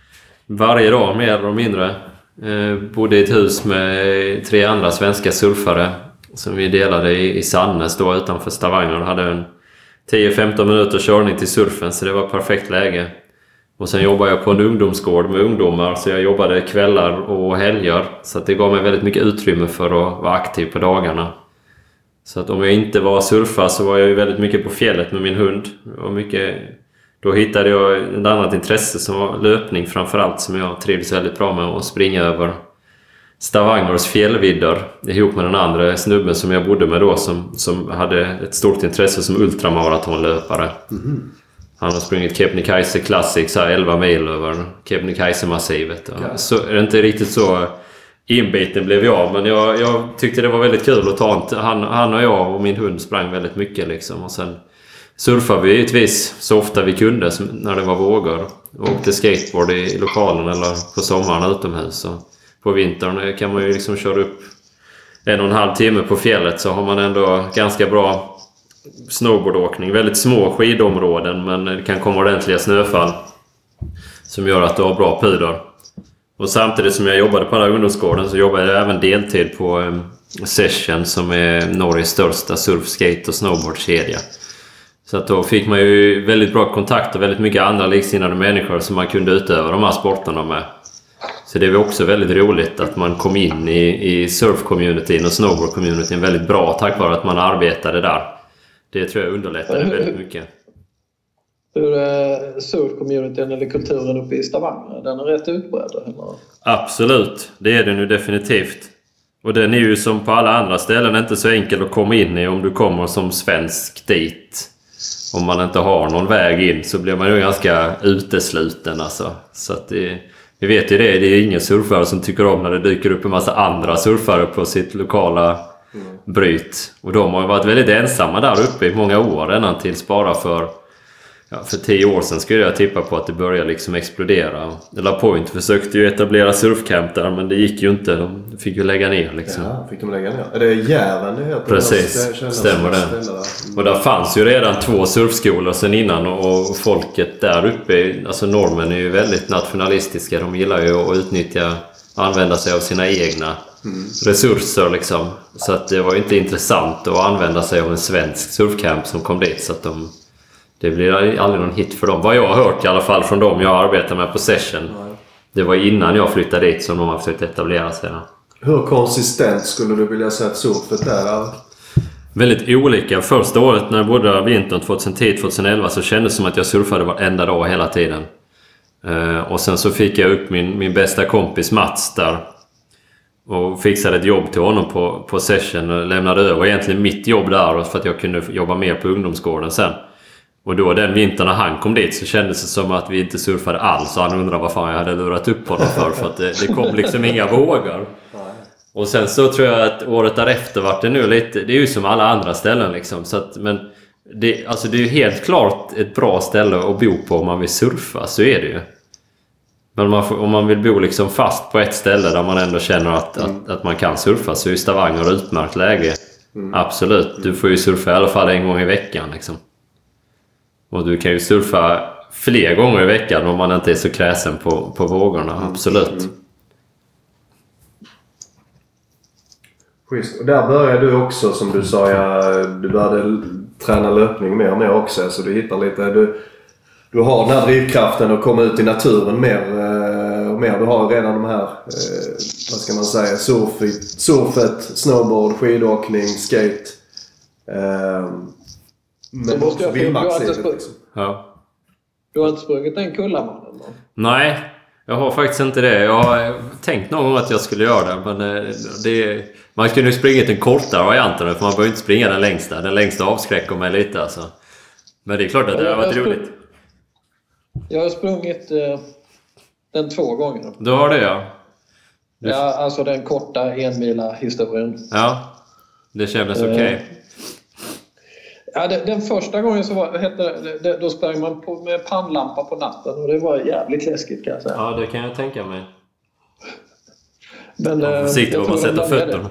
varje dag mer eller mindre. Bodde i ett hus med 3 andra svenska surfare som vi delade i Sandnes då utanför Stavanger och hade en 10-15 minuters körning till surfen, så det var perfekt läge. Och sen jobbade jag på en ungdomsgård med ungdomar, så jag jobbade kvällar och helger, så att det gav mig väldigt mycket utrymme för att vara aktiv på dagarna. Så att om jag inte var surfare så var jag ju väldigt mycket på fjället med min hund. Och då hittade jag ett annat intresse som var löpning framförallt, som jag trivdes väldigt bra med, att springa över Stavangers fjällvidder ihop med den andra snubben som jag bodde med då, som hade ett stort intresse som ultramaratonlöpare. Han har sprungit Kebnekaise Classic så här 11 mil över Kebnekaise-massivet. Så är det inte riktigt så inbiten blev jag, men jag tyckte det var väldigt kul att ta han och jag och min hund sprang väldigt mycket liksom. Och sen surfade vi givetvis så ofta vi kunde när det var vågor. Och åkte skateboard i lokalen eller på sommaren utomhus. Och på vintern kan man ju liksom köra upp 1,5 timme på fjället, så har man ändå ganska bra snowboardåkning. Väldigt små skidområden, men det kan komma ordentliga snöfall som gör att du har bra puder. Och samtidigt som jag jobbade på den här ungdomsgården så jobbade jag även deltid på Session, som är Norges största surf, skate och snowboardkedja. Så att då fick man ju väldigt bra kontakt och väldigt mycket andra liksinnade människor som man kunde utöva de här sporterna med. Så det var också väldigt roligt att man kom in i surf-communityn och snowboard-communityn väldigt bra tack vare att man arbetade där. Det tror jag underlättade väldigt mycket. Hur är surf-communityn eller kulturen uppe i Stavanger? Den är rätt utbredd, eller? Absolut, det är den ju definitivt. Och den är ju som på alla andra ställen inte så enkel att komma in i om du kommer som svensk dit. Om man inte har någon väg in så blir man ju ganska utesluten alltså. Så att vi vet ju det är ingen surfare som tycker om när det dyker upp en massa andra surfare på sitt lokala bryt. Och de har ju varit väldigt ensamma där uppe i många år innan tills bara för för 10 år sedan skulle jag tippa på att det började liksom explodera. La Point försökte ju etablera surfcamp där, men det gick ju inte. De fick ju lägga ner liksom. Ja, fick de lägga ner? Är det Järven det heter? Precis, stämmer det. Och där fanns ju redan 2 surfskolor sedan innan, och folket där uppe, alltså normen är ju väldigt nationalistiska. De gillar ju att använda sig av sina egna resurser liksom. Så att det var ju inte intressant att använda sig av en svensk surfcamp som kom dit, så att det blir aldrig någon hit för dem. Vad jag har hört i alla fall från dem jag arbetar med på Session. Det var innan jag flyttade dit som de har försökt etablera sig. Hur konsistent skulle du vilja säga att surfet där? Väldigt olika. Första året när jag bodde vintern 2010-2011 så kändes det som att jag surfade varenda dag hela tiden. Och sen så fick jag upp min bästa kompis Mats där. Och fixade ett jobb till honom på Session och lämnade över egentligen mitt jobb där för att jag kunde jobba mer på ungdomsgården sen. Och då den vintern när han kom dit så kändes det som att vi inte surfade alls. Och han undrade vad fan jag hade lurat upp honom för att det kom liksom inga vågor. Och sen så tror jag att året därefter var det nu lite... Det är ju som alla andra ställen liksom. Så att, men det är ju helt klart ett bra ställe att bo på om man vill surfa. Så är det ju. Men om man vill bo liksom fast på ett ställe där man ändå känner att man kan surfa, så är ju Stavanger utmärkt läge. Absolut. Du får ju surfa i alla fall en gång i veckan liksom. Och du kan ju surfa fler gånger i veckan om man inte är så kräsen på vågorna. Absolut. Schysst. Och där började du också, som du sa, du började träna löpning mer och mer också. Så du hittar lite... Du har den här drivkraften att komma ut i naturen mer och mer. Du har redan de här, vad ska man säga, surfet, snowboard, skidåkning, skate. Men också vildmarkslivet liksom. Ja. Du har inte sprungit den Kullamannen då? Nej, jag har faktiskt inte det. Jag har tänkt någon gång att jag skulle göra det. Men man skulle ju springa en kortare variant, för man behöver inte springa den längsta. Den längsta avskräcker mig lite alltså. Men det är klart att det har varit roligt. Jag har sprungit den 2 gånger. Du har det, ja. Ja, alltså den korta 1 mila historien. Ja, det kändes okej. Ja, den första gången så då sprang man med pannlampa på natten, och det var jävligt läskigt kan jag säga. Ja, det kan jag tänka mig. Men försiktigt vad man sätter fötterna.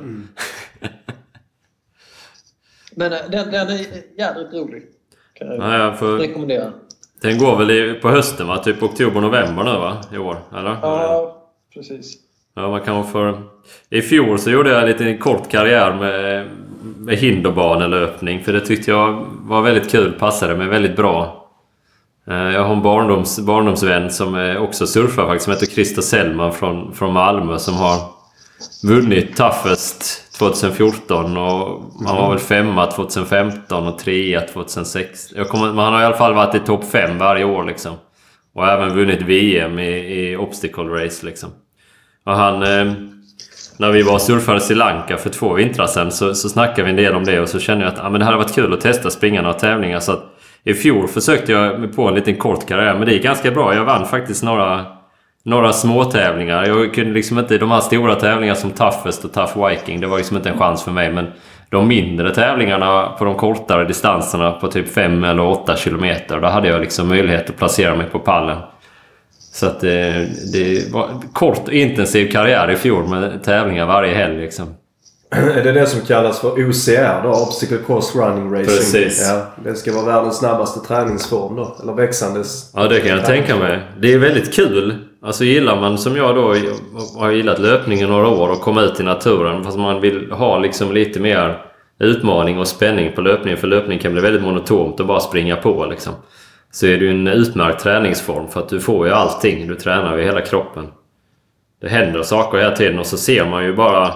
Men den är jävligt rolig. Kan jag rekommendera. Den går väl på hösten, va? Typ oktober-november nu, va? I år, eller? Ja, precis. Ja, man kan I fjol så gjorde jag en liten kort karriär med hinderbanelöpning, för det tyckte jag var väldigt kul, passade mig väldigt bra. Jag har en barndomsvän som också surfar faktiskt, som heter Christer Sellman från Malmö, som har vunnit Toughest 2014, och man var väl 5 2015 och 3 2006. Man har i alla fall varit i topp 5 varje år liksom. Och även vunnit VM i obstacle race liksom. Och han, när vi var surfade i Sri Lanka för 2 vintrar sedan, så snackade vi en del om det, och så kände jag att men det hade varit kul att testa springa några tävlingar. Så att i fjol försökte jag mig på en liten kort karriär, men det är ganska bra. Jag vann faktiskt några små tävlingar. Jag kunde liksom inte, de här stora tävlingarna som Toughest och Tough Viking, det var liksom inte en chans för mig, men de mindre tävlingarna på de kortare distanserna på typ 5 eller 8 kilometer, då hade jag liksom möjlighet att placera mig på pallen. Så att det var en kort och intensiv karriär i fjol med tävlingar varje helg liksom. Är det som kallas för OCR då? Obstacle Course Running Racing? Precis. Ja, det ska vara världens snabbaste träningsform då? Eller växandes? Ja, det kan jag tänka mig. Det är väldigt kul. Alltså gillar man, som jag då har gillat löpningen några år och komma ut i naturen, fast man vill ha liksom lite mer utmaning och spänning på löpningen, för löpning kan bli väldigt monotont och bara springa på liksom. Så är det ju en utmärkt träningsform, för att du får ju allting. Du tränar ju hela kroppen. Det händer saker hela tiden, och så ser man ju bara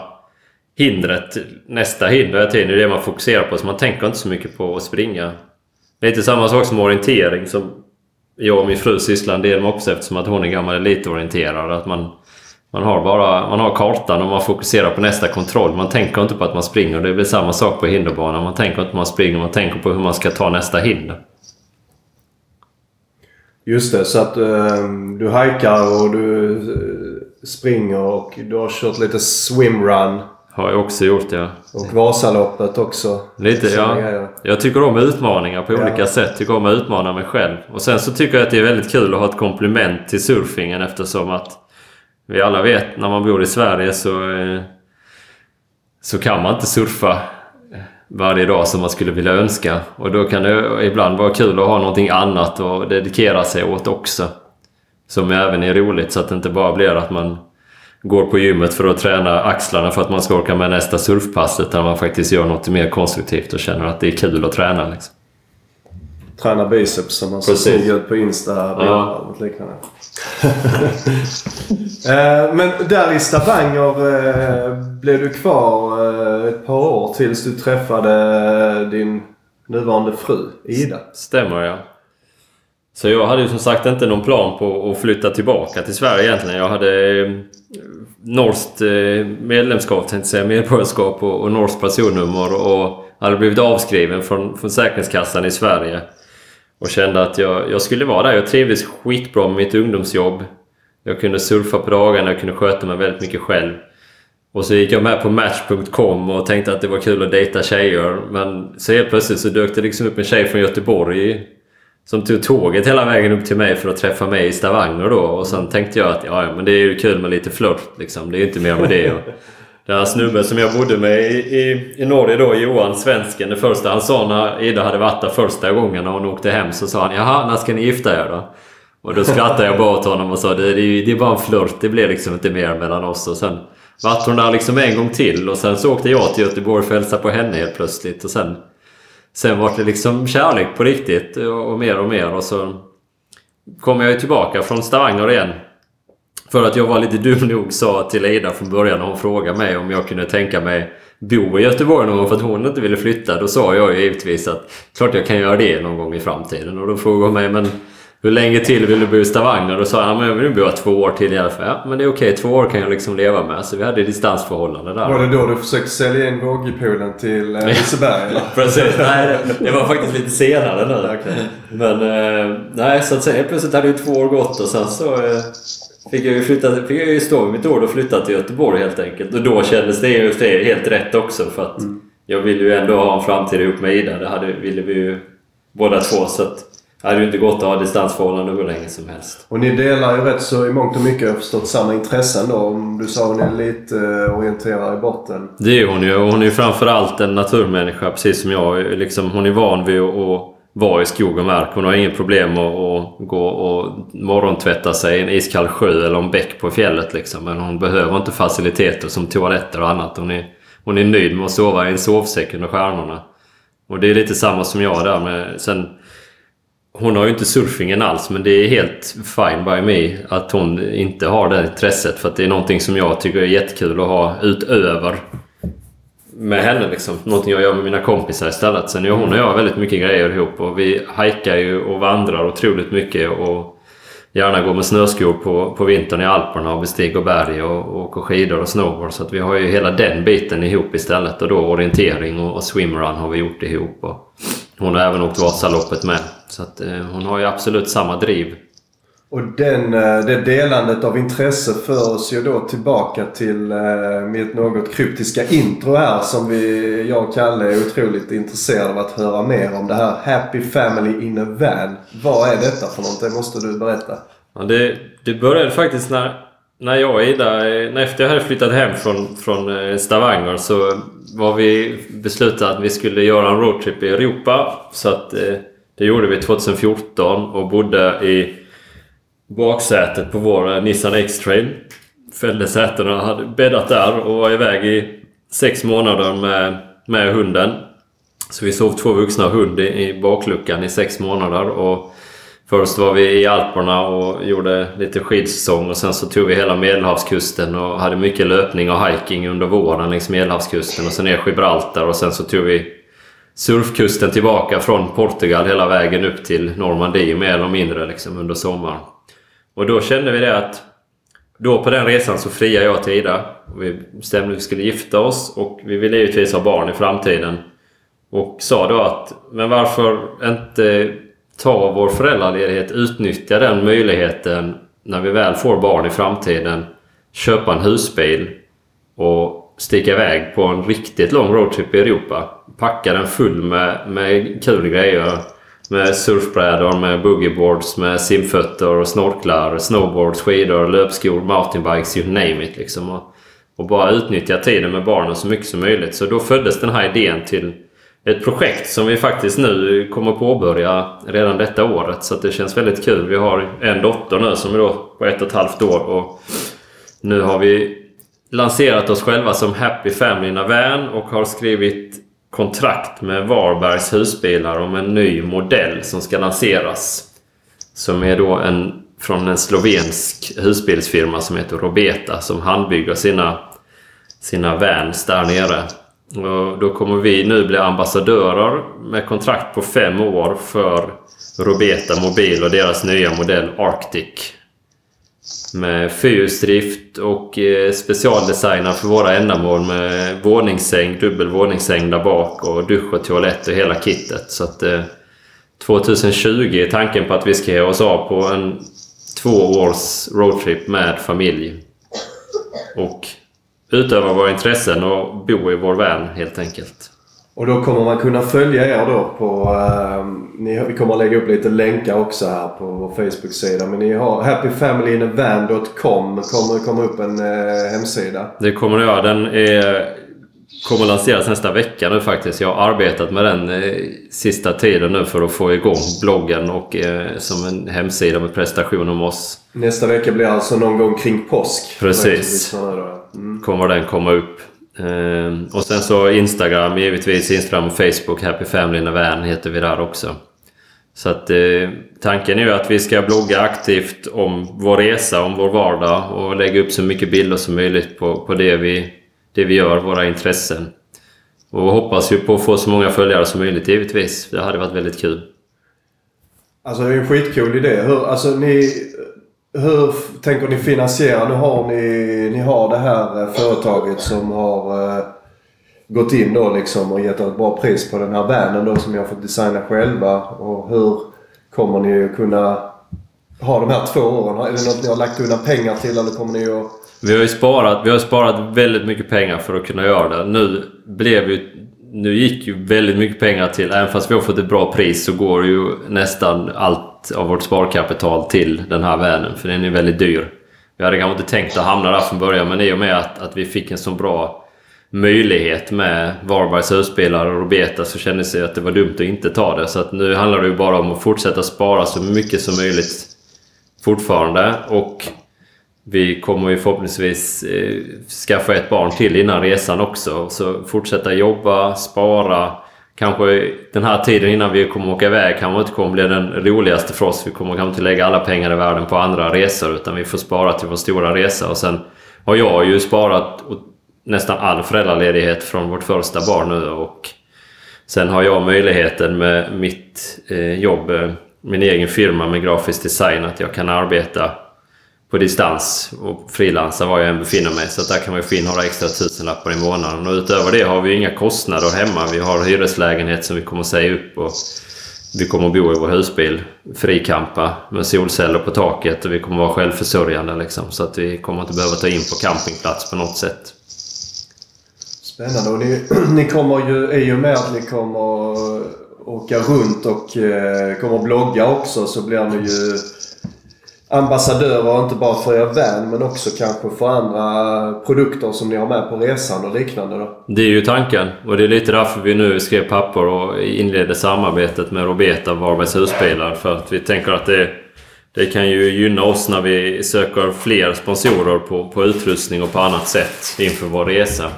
nästa hinder hela tiden. Det är det man fokuserar på, så man tänker inte så mycket på att springa. Lite samma sak som orientering, som jag och min fru sysslar en del med också, eftersom att hon är gammal elitorienterad. Att man har kartan och man fokuserar på nästa kontroll. Man tänker inte på att man springer. Det blir samma sak på hinderbanan. Man tänker inte på att man springer, man tänker på hur man ska ta nästa hinder. Just det, så att du hajkar och du springer, och du har kört lite swimrun. Har jag också gjort, ja. Och Vasaloppet också. Lite, ja. Jag tycker om utmaningar på olika sätt. Tycker om att utmana mig själv. Och sen så tycker jag att det är väldigt kul att ha ett komplement till surfingen, eftersom att vi alla vet när man bor i Sverige så kan man inte surfa varje dag som man skulle vilja önska. Och då kan det ibland vara kul att ha någonting annat och dedikera sig åt också. Som även är roligt, så att det inte bara blir att man går på gymmet för att träna axlarna för att man ska orka med nästa surfpass, utan man faktiskt gör något mer konstruktivt och känner att det är kul att träna liksom. Träna biceps som man ser ut på Insta och liknande. Men där i Stavanger blev du kvar ett par år tills du träffade din nuvarande fru Ida. Stämmer, ja. Så jag hade ju som sagt inte någon plan på att flytta tillbaka till Sverige egentligen. Jag hade norskt medlemskap, tänkte säga, medborgarskap och norskt personnummer och hade blivit avskriven från Försäkringskassan i Sverige. Och kände att jag skulle vara där. Jag trivdes skitbra med mitt ungdomsjobb. Jag kunde surfa på dagarna, jag kunde sköta mig väldigt mycket själv. Och så gick jag med på Match.com och tänkte att det var kul att dejta tjejer. Men så helt plötsligt så dök det liksom upp en tjej från Göteborg som tog tåget hela vägen upp till mig för att träffa mig i Stavanger då. Och sen tänkte jag att ja, men det är ju kul med lite flört liksom. Det är inte mer med det. Och den här snubben som jag bodde med i Norge då, Johan, svensken, det första han sa när Ida hade varit där första gången när hon åkte hem, så sa han: jaha, när ska ni gifta er då? Och då skrattade jag bara åt honom och sa det är bara en flört, det blir liksom inte mer mellan oss. Och sen var hon där liksom en gång till och sen så åkte jag till Göteborg för att hälsa på henne helt plötsligt. Och sen var det liksom kärlek på riktigt och mer. Och så kom jag ju tillbaka från Stavanger igen. För att jag var lite dum nog, sa till Ida från början när hon frågade mig om jag kunde tänka mig bo i Göteborg någon gång för att hon inte ville flytta. Då sa jag ju givetvis att klart jag kan göra det någon gång i framtiden. Och då frågade hon mig, men hur länge till vill du bo i Stavanger? Och då sa jag, men jag vill bo 2 år till i alla fall. Ja, men det är okej, 2 år kan jag liksom leva med. Så vi hade distansförhållande där. Var det då du försökte sälja in vågpoolen till Liseberg? Precis, nej, det var faktiskt lite senare nu. Okay. Men nej, så att säga, plötsligt hade ju 2 år gått och sen så fick jag ju stå i mitt år och flytta till Göteborg helt enkelt. Och då kändes det ju helt rätt också, för att jag ville ju ändå ha en framtid ihop med Ida. Det ville vi ju båda två, så att det hade ju inte gått att ha distansförhållande hur länge som helst. Och ni delar ju rätt så i mångt och mycket, jag har förstått, samma intressen då. Om du sa hon är lite orienterad i botten. Det är hon ju. Hon är ju framförallt en naturmänniska, precis som jag. Liksom, hon är van vid att vara i skog och mark. Hon har inget problem att gå och morgontvätta sig i en iskall sjö eller en bäck på fjället liksom. Men hon behöver inte faciliteter som toaletter och annat. Hon är nöjd med att sova i en sovsäck under stjärnorna. Och det är lite samma som jag där med. Sen, hon har ju inte surfingen alls, men det är helt fine by me att hon inte har det intresset, för att det är någonting som jag tycker är jättekul att ha utöver med henne liksom. Någonting jag gör med mina kompisar istället. Sen gör hon och jag väldigt mycket grejer ihop, och vi hajkar ju och vandrar otroligt mycket och gärna går med snöskor på vintern i Alperna och bestiger berg och åker skidor och snowboard. Så att vi har ju hela den biten ihop istället, och då orientering och swimrun har vi gjort ihop, och hon har även åkt Vasaloppet med. Så att hon har ju absolut samma driv. Och det delandet av intresse för oss ju då tillbaka till mitt något kryptiska intro här, som jag och Kalle är otroligt intresserade av att höra mer om. Det här Happy Family in a Van. Vad är detta för något? Det måste du berätta. Ja, det började faktiskt när jag och Ida, efter jag hade flyttat hem från Stavanger, så var vi beslutade att vi skulle göra en roadtrip i Europa. Så att det gjorde vi 2014 och bodde i baksätet på vår Nissan X-Trail. Fällde sätena, hade bäddat där och var iväg i 6 månader med hunden. Så vi sov 2 vuxna och hund i bakluckan i 6 månader. Och först var vi i Alperna och gjorde lite skidsäsong, och sen så tog vi hela Medelhavskusten och hade mycket löpning och hiking under våren längs Medelhavskusten, och sen ner Gibraltar, och sen så tog vi surfkusten tillbaka från Portugal hela vägen upp till Normandie mer eller mindre liksom under sommaren. Och då kände vi det att då på den resan så friade jag till Ida. Vi bestämde att vi skulle gifta oss, och vi ville givetvis ha barn i framtiden. Och sa då att, men varför inte ta vår föräldraledighet, utnyttja den möjligheten när vi väl får barn i framtiden, köpa en husbil och sticka iväg på en riktigt lång roadtrip i Europa. Packa den full med kul grejer. Med surfbrädor, med boogieboards, med simfötter och snorklar, snowboards, skidor, löpskor, mountainbikes, you name it liksom. Och bara utnyttja tiden med barnen så mycket som möjligt. Så då föddes den här idén till ett projekt som vi faktiskt nu kommer påbörja redan detta året. Så att det känns väldigt kul. Vi har en dotter nu som är då på 1,5 år. Och nu har vi lanserat oss själva som Happy Family in a Van och har skrivit kontrakt med Varbergs husbilar om en ny modell som ska lanseras. Som är då från en slovensk husbilsfirma som heter Robeta som handbygger sina vans där nere. Och då kommer vi nu bli ambassadörer med kontrakt på 5 år för Robeta Mobil och deras nya modell Arctic. Med fyrhjulsdrift och specialdesignar för våra ändamål med våningssäng, dubbel våningssäng där bak och dusch och toalett och hela kittet. Så att 2020 är tanken på att vi ska ge oss av på en 2 års roadtrip med familj. Och utöva våra intressen och bo i vår van helt enkelt. Och då kommer man kunna följa er då på... vi kommer att lägga upp lite länkar också här på vår Facebook-sida. Men ni har happyfamilyinavan.com. kommer upp en hemsida. Det kommer det göra. Den kommer lanseras nästa vecka nu faktiskt. Jag har arbetat med den sista tiden nu för att få igång bloggen och som en hemsida med prestation om oss. Nästa vecka blir alltså någon gång kring påsk. Precis. Kommer den komma upp. Och sen så Instagram, givetvis Instagram och Facebook, Happy Family in a Van heter vi där också. Så att tanken är ju att vi ska blogga aktivt om vår resa, om vår vardag och lägga upp så mycket bilder som möjligt på det vi gör, våra intressen. Och hoppas ju på att få så många följare som möjligt givetvis. Det hade varit väldigt kul. Alltså det är en skitcool idé. Hur tänker ni finansiera? Nu har ni har det här företaget som har gått in då liksom och gett ett bra pris på den här vanen då som ni har fått designa själva. Och hur kommer ni kunna ha de här 2 åren? Är det något ni har lagt undan pengar till eller kommer ni att... Vi har sparat väldigt mycket pengar för att kunna göra det. Nu gick ju väldigt mycket pengar till, även fast vi har fått ett bra pris så går ju nästan allt av vårt sparkapital till den här vanen, för den är väldigt dyr. Vi hade kanske inte tänkt att hamna där från början, men i och med att vi fick en så bra möjlighet med Varbergs husbilar och Robeta så kändes det att det var dumt att inte ta det. Så att nu handlar det ju bara om att fortsätta spara så mycket som möjligt fortfarande, och vi kommer ju förhoppningsvis skaffa ett barn till innan resan också. Så fortsätta jobba, spara. Kanske den här tiden innan vi kommer åka iväg kanske inte kommer bli den roligaste för oss. Vi kommer kanske inte lägga alla pengar i världen på andra resor, utan vi får spara till vår stora resa. Och sen har jag ju sparat nästan all föräldraledighet från vårt första barn nu. Och sen har jag möjligheten med mitt jobb, min egen firma med grafisk design, att jag kan arbeta på distans och frilansa var jag än befinner mig. Så att där kan man få in några extra tusenlappar i månaden. Och utöver det har vi inga kostnader hemma. Vi har hyreslägenhet som vi kommer säga upp, och vi kommer att bo i vår husbil, frikampa med solceller på taket, och vi kommer vara självförsörjande liksom. Så att vi kommer inte behöva ta in på campingplats på något sätt. Spännande. Och ni kommer ju, i och med att ni kommer åka runt och kommer blogga också, så blir ni ju ambassadörer inte bara för er vän men också kanske för andra produkter som ni har med på resan och liknande då. Det är ju tanken, och det är lite därför vi nu skrev papper och inledde samarbetet med Robeta Varbergs husbilar, för att vi tänker att det kan ju gynna oss när vi söker fler sponsorer på utrustning och på annat sätt inför vår resa.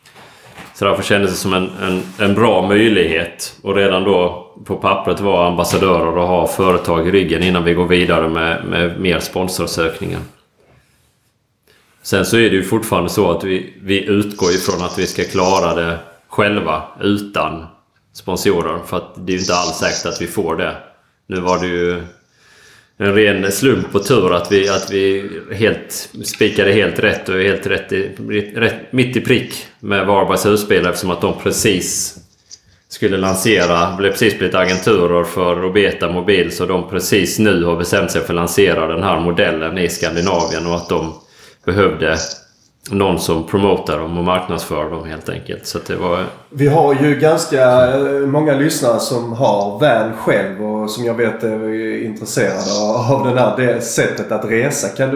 Så därför kändes det som en bra möjlighet, och redan då på pappret vara ambassadörer och ha företag i ryggen innan vi går vidare med mer sponsorsökningar. Sen så är det ju fortfarande så att vi utgår ifrån att vi ska klara det själva utan sponsorer, för att det är ju inte alls säkert att vi får det. Nu var det ju en ren slump på tur att vi helt spikade helt rätt och helt rätt mitt i prick med Varbergs husbilar, eftersom att de precis skulle blev precis blivit agenturer för Robeta Mobil, så de precis nu har bestämt sig för att lansera den här modellen i Skandinavien, och att de behövde någon som promotar dem och marknadsför dem helt enkelt. Så att det var... Vi har ju ganska många lyssnare som har van själv och som jag vet är intresserade av det sättet att resa. Kan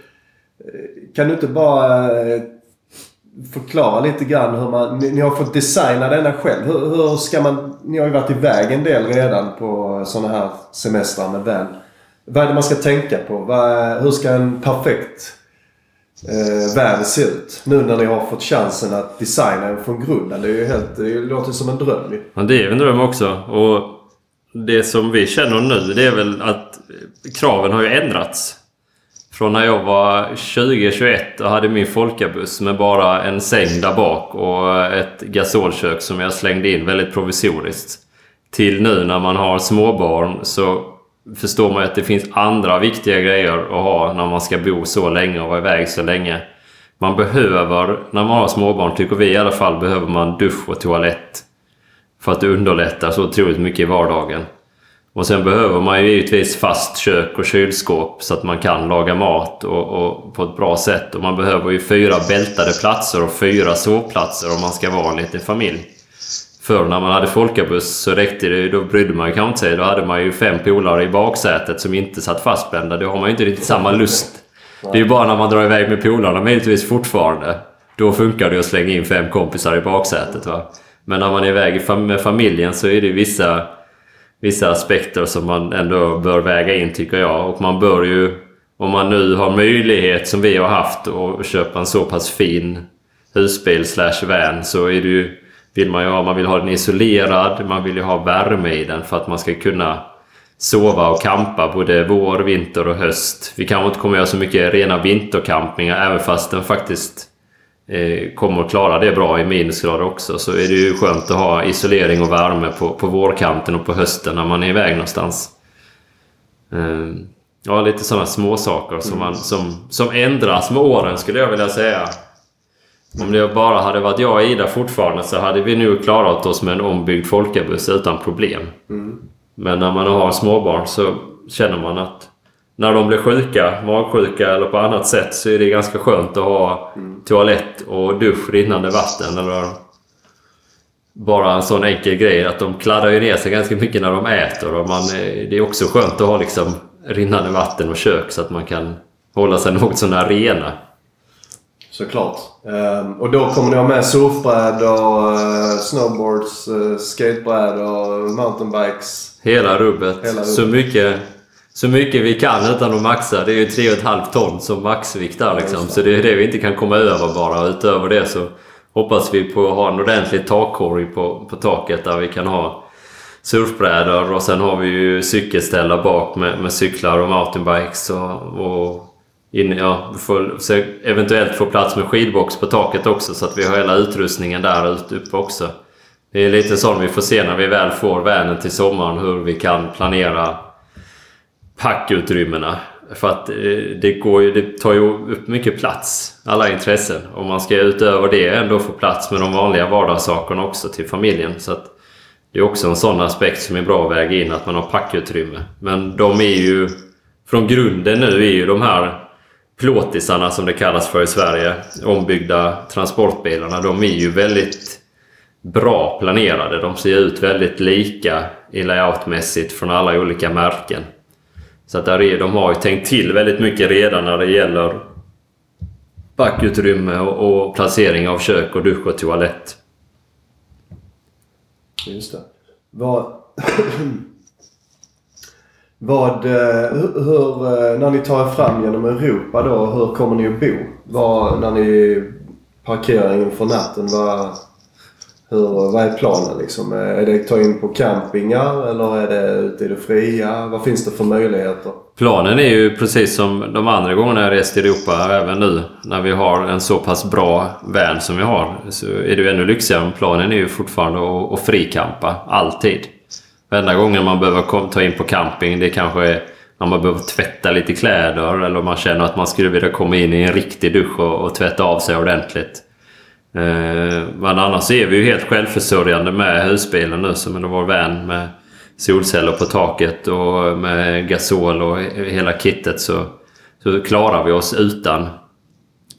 du inte bara förklara lite grann hur ni har fått designa denna själv? Hur ska man... Ni har ju varit iväg en del redan på sådana här semestrar med van. Vad är det man ska tänka på? Hur ska en perfekt värld se ut? Nu när ni har fått chansen att designa den från grunden. Det låter som en dröm. Ja, det är en dröm också. Och det som vi känner nu, det är väl att kraven har ju ändrats. Från när jag var 20-21 och hade min folkabuss med bara en säng där bak och ett gasolkök som jag slängde in väldigt provisoriskt. Till nu när man har småbarn så förstår man att det finns andra viktiga grejer att ha när man ska bo så länge och vara iväg så länge. Man behöver, när man har småbarn tycker vi i alla fall, behöver man dusch och toalett. För att det underlättar så otroligt mycket i vardagen. Och sen behöver man ju givetvis fast kök och kylskåp så att man kan laga mat och på ett bra sätt. Och man behöver ju 4 bältade platser och 4 sovplatser om man ska vara en liten familj. För när man hade folkabuss så räckte det, då brydde man ju kanske inte sig. Då hade man ju 5 polare i baksätet som inte satt fastspända. Då har man ju inte riktigt samma lust. Det är ju bara när man drar iväg med polarna möjligtvis fortfarande. Då funkar det att slänga in 5 kompisar i baksätet, va. Men när man är iväg med familjen så är det vissa aspekter som man ändå bör väga in, tycker jag. Och man bör ju, om man nu har möjlighet som vi har haft att köpa en så pass fin husbil / van, så är det ju, man vill ha den isolerad, man vill ju ha värme i den för att man ska kunna sova och campa både vår, vinter och höst. Vi kanske inte kommer göra så mycket rena vintercampingar, även fast den faktiskt kommer att klara det bra i minusgrader också, så är det ju skönt att ha isolering och värme på vårkanten och på hösten när man är iväg någonstans. Ja, lite sådana små saker som ändras med åren, skulle jag vilja säga. Om det bara hade varit jag och Ida fortfarande så hade vi nu klarat oss med en ombyggd folkabuss utan problem. Men när man har småbarn så känner man att när de blir sjuka, magsjuka eller på annat sätt, så är det ganska skönt att ha toalett och dusch, rinnande vatten, eller bara en sån enkel grej att de kladdar ju ner sig ganska mycket när de äter, och det är också skönt att ha liksom rinnande vatten och kök så att man kan hålla sig något sådana rena. Såklart. Och då kommer ni ha med surfbrädor, snowboards, skatebrädor, mountainbikes. Hela rubbet. Så mycket vi kan utan att maxa. Det är ju 3,5 ton som maxvikt där liksom. Så det är det vi inte kan komma över bara. Utöver det så hoppas vi på att ha en ordentlig takkorg på taket där vi kan ha surfbrädor. Och sen har vi ju cykelställare bak med cyklar och mountainbikes vi får eventuellt få plats med skidbox på taket också, så att vi har hela utrustningen där uppe också. Det är lite sånt vi får se när vi väl får vanen till sommaren, hur vi kan planera packutrymmena. För att det tar ju upp mycket plats, alla intressen. Och man ska utöver det ändå få plats med de vanliga vardagssakerna också till familjen. Så att det är också en sån aspekt som är bra att väga in, att man har packutrymme. Men de är ju, från grunden nu är ju de här plåtisarna som det kallas för i Sverige, ombyggda transportbilarna, de är ju väldigt bra planerade. De ser ut väldigt lika i layoutmässigt från alla olika märken. Så att de har ju tänkt till väldigt mycket redan när det gäller backutrymme och placering av kök och dusch och toalett. Just det. När ni tar er fram genom Europa då, hur kommer ni att bo? När ni parkerar inför natten, vad är planen liksom? Är det att ta in på campingar eller är det ute i det fria? Vad finns det för möjligheter? Planen är ju precis som de andra gångerna jag rest i Europa, även nu när vi har en så pass bra van som vi har, så är det ju ännu lyxigare. Planen är ju fortfarande att frikampa alltid. Varenda gången man behöver ta in på camping, det kanske är när man behöver tvätta lite kläder eller man känner att man skulle vilja komma in i en riktig dusch och tvätta av sig ordentligt. Men annars är vi ju helt självförsörjande med husbilen nu, som är vår van med solceller på taket och med gasol och hela kittet, så klarar vi oss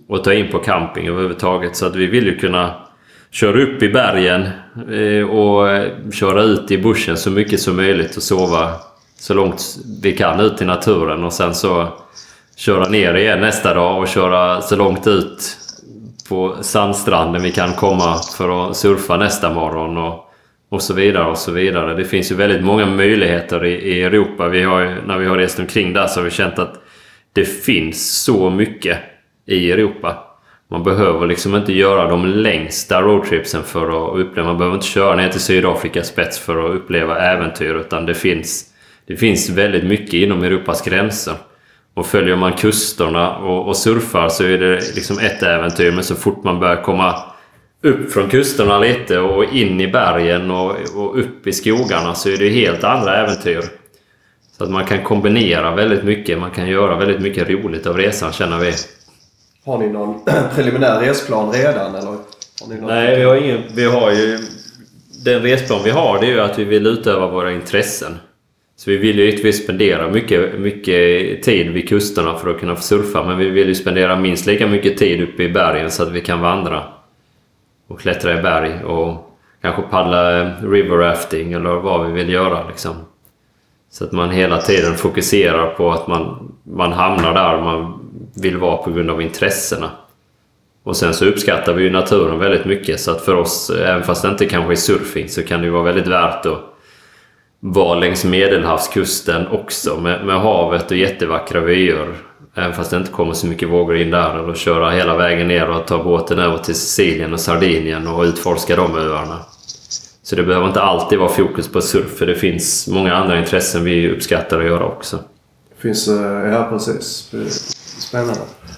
och ta in på camping överhuvudtaget. Så att vi vill ju kunna köra upp i bergen och köra ut i bushen så mycket som möjligt och sova så långt vi kan ut i naturen. Och sen så köra ner igen nästa dag och köra så långt ut på sandstranden vi kan komma för att surfa nästa morgon och så vidare och så vidare. Det finns ju väldigt många möjligheter i Europa. När vi har rest omkring där så har vi känt att det finns så mycket i Europa. Man behöver liksom inte göra de längsta roadtripsen för att uppleva. Man behöver inte köra ner till Sydafrikas spets för att uppleva äventyr, utan det finns väldigt mycket inom Europas gränser. Och följer man kusterna och surfar så är det liksom ett äventyr, men så fort man börjar komma upp från kusterna lite och in i bergen och upp i skogarna så är det helt andra äventyr. Så att man kan kombinera väldigt mycket, man kan göra väldigt mycket roligt av resan, känner vi. Har ni någon preliminär resplan redan? Eller? Nej, vi har ju den resplan vi har, det är ju att vi vill utöva våra intressen. Så vi vill ju givetvis spendera mycket tid vid kusterna för att kunna surfa, men vi vill ju spendera minst lika mycket tid uppe i bergen så att vi kan vandra och klättra i berg och kanske paddla river rafting eller vad vi vill göra liksom. Så att man hela tiden fokuserar på att man hamnar där man vill vara på grund av intressena. Och sen så uppskattar vi ju naturen väldigt mycket, så att för oss, även fast det inte kanske är surfing, så kan det ju vara väldigt värt att vara längs Medelhavskusten också med havet och jättevackra vyer. Även fast det inte kommer så mycket vågor in där, eller köra hela vägen ner och ta båten över till Sicilien och Sardinien och utforska de öarna. Så det behöver inte alltid vara fokus på surf, för det finns många andra intressen vi uppskattar att göra också. Det finns, ja precis. Spännande.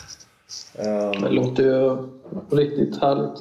Det låter ju riktigt härligt.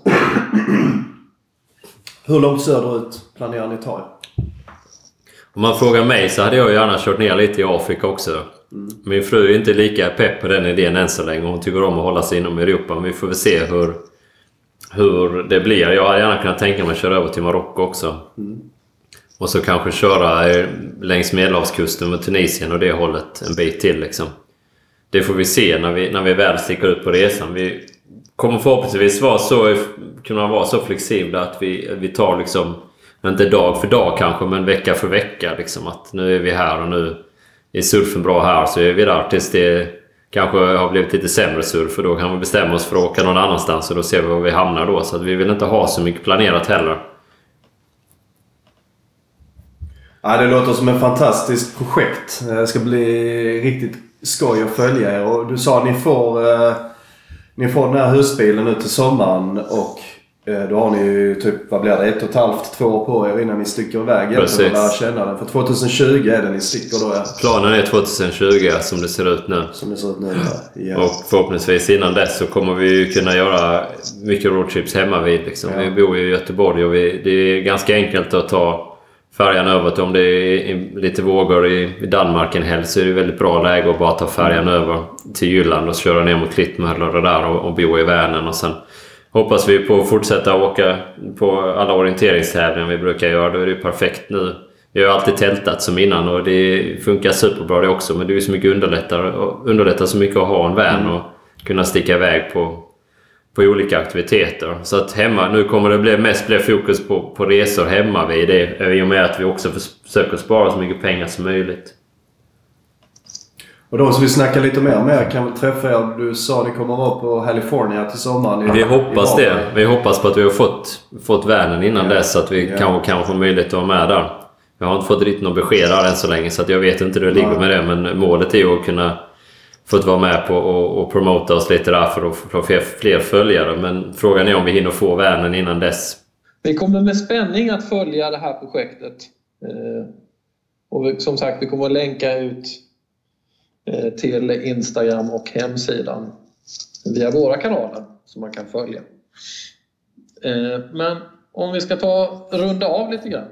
Hur långt söderut planerar ni ta er? Om man frågar mig så hade jag gärna kört ner lite i Afrika också. Min fru är inte lika pepp på den idén än så länge. Hon tycker om att hålla sig inom Europa, men vi får väl se hur det blir. Jag hade gärna kunnat tänka mig att köra över till Marocko också. Och så kanske köra längs Medelhavskusten med Tunisien och det hållet en bit till liksom. Det får vi se när vi väl sticker ut på resan. Vi kommer förhoppningsvis kunna vara så flexibla att vi tar liksom, inte dag för dag kanske, men vecka för vecka liksom, att nu är vi här och nu är surfen bra här, så är vi där tills det kanske har blivit lite sämre surf, och då kan vi bestämma oss för att åka någon annanstans och då ser vi var vi hamnar då. Så att vi vill inte ha så mycket planerat heller. Ja, det låter som ett fantastiskt projekt. Det ska bli riktigt skoj att följa er. Och du sa att ni får den här husbilen nu till sommaren, och då har ni ju typ, vad blir det, 1,5-2 år på er innan ni sticker iväg och lära känna den. För 2020 är det ni sticker då. Ja. Planen är 2020 som det ser ut nu. Ja. Och förhoppningsvis innan dess så kommer vi ju kunna göra mycket roadtrips hemma vid liksom. Ja. Vi bor ju i Göteborg och det är ganska enkelt att ta färjan över till, om det är lite vågor i Danmark en helg, så är det väldigt bra läge att bara ta färjan över till Jylland och köra ner mot Klittmöll och det där och bo i Vänern. Och sen hoppas vi på att fortsätta åka på alla orienteringstävlingar vi brukar göra. Då är det perfekt nu. Vi har alltid tältat som innan och det funkar superbra det också, men det är ju så mycket underlättar så mycket att ha en vän och kunna sticka iväg på olika aktiviteter. Så att hemma, nu kommer det mest bli fokus på resor hemma vid det, i och med att vi också försöker spara så mycket pengar som möjligt. Och då så vi snackar lite mer med er, kan väl träffa er. Du sa att ni kommer vara på California till sommaren. Vi hoppas det. Vi hoppas på att vi har fått världen innan dess, så att vi kan få möjlighet att vara med där. Jag har inte fått riktigt något besked där än så länge, så att jag vet inte hur det ligger med det, men målet är ju att kunna fått vara med på och promota oss lite där för att få fler följare. Men frågan är om vi hinner få världen innan dess. Vi kommer med spänning att följa det här projektet. Och som sagt, vi kommer att länka ut till Instagram och hemsidan via våra kanaler som man kan följa. Men om vi ska runda av lite grann.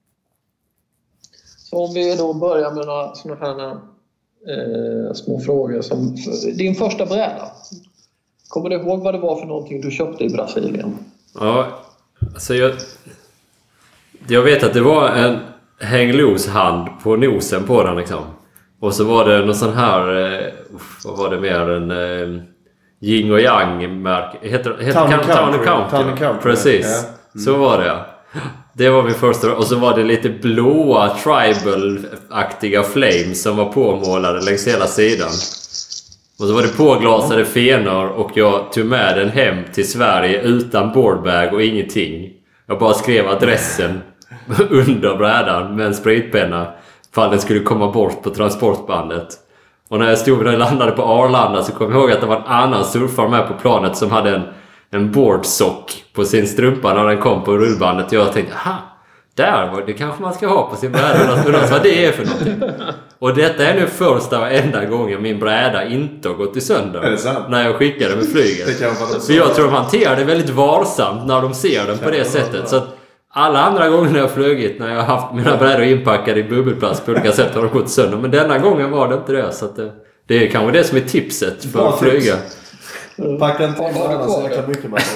Så om vi då börjar med några sådana här små frågor som din första bräda. Kommer du ihåg vad det var för någonting du köpte i Brasilien? Ja, alltså jag vet att det var en hänglos-hand på nosen på den liksom. Och så var det någon sån här, vad var det mer, en Yin och Yang märke. Heter Town & Country. Precis. Ja. Så var det, ja. Det var min första. Och så var det lite blåa tribal-aktiga flames som var påmålade längs hela sidan. Och så var det påglasade fenor och jag tog med den hem till Sverige utan boardbag och ingenting. Jag bara skrev adressen under brädan med en spritpenna för att den skulle komma bort på transportbandet. Och när jag stod och landade på Arlanda så kom jag ihåg att det var en annan surfare med på planet som hade en boardsock på sin strumpa när den kom på rullbandet. Jag tänkte, det kanske man ska ha på sin bräda. Undrar vad det är för någonting. Och detta är nu första och enda gången min bräda inte har gått i sönder. Är det sant? När jag skickade med flyget. För jag tror de hanterar det väldigt varsamt när de ser den på det sättet. Så att alla andra gånger när jag flugit, när jag har haft mina brädor inpackade i bubbelplast på olika sätt har de gått sönder. Men denna gången var det inte det. Så att det är kanske det som är tipset för att flyga. Packa inte så mycket man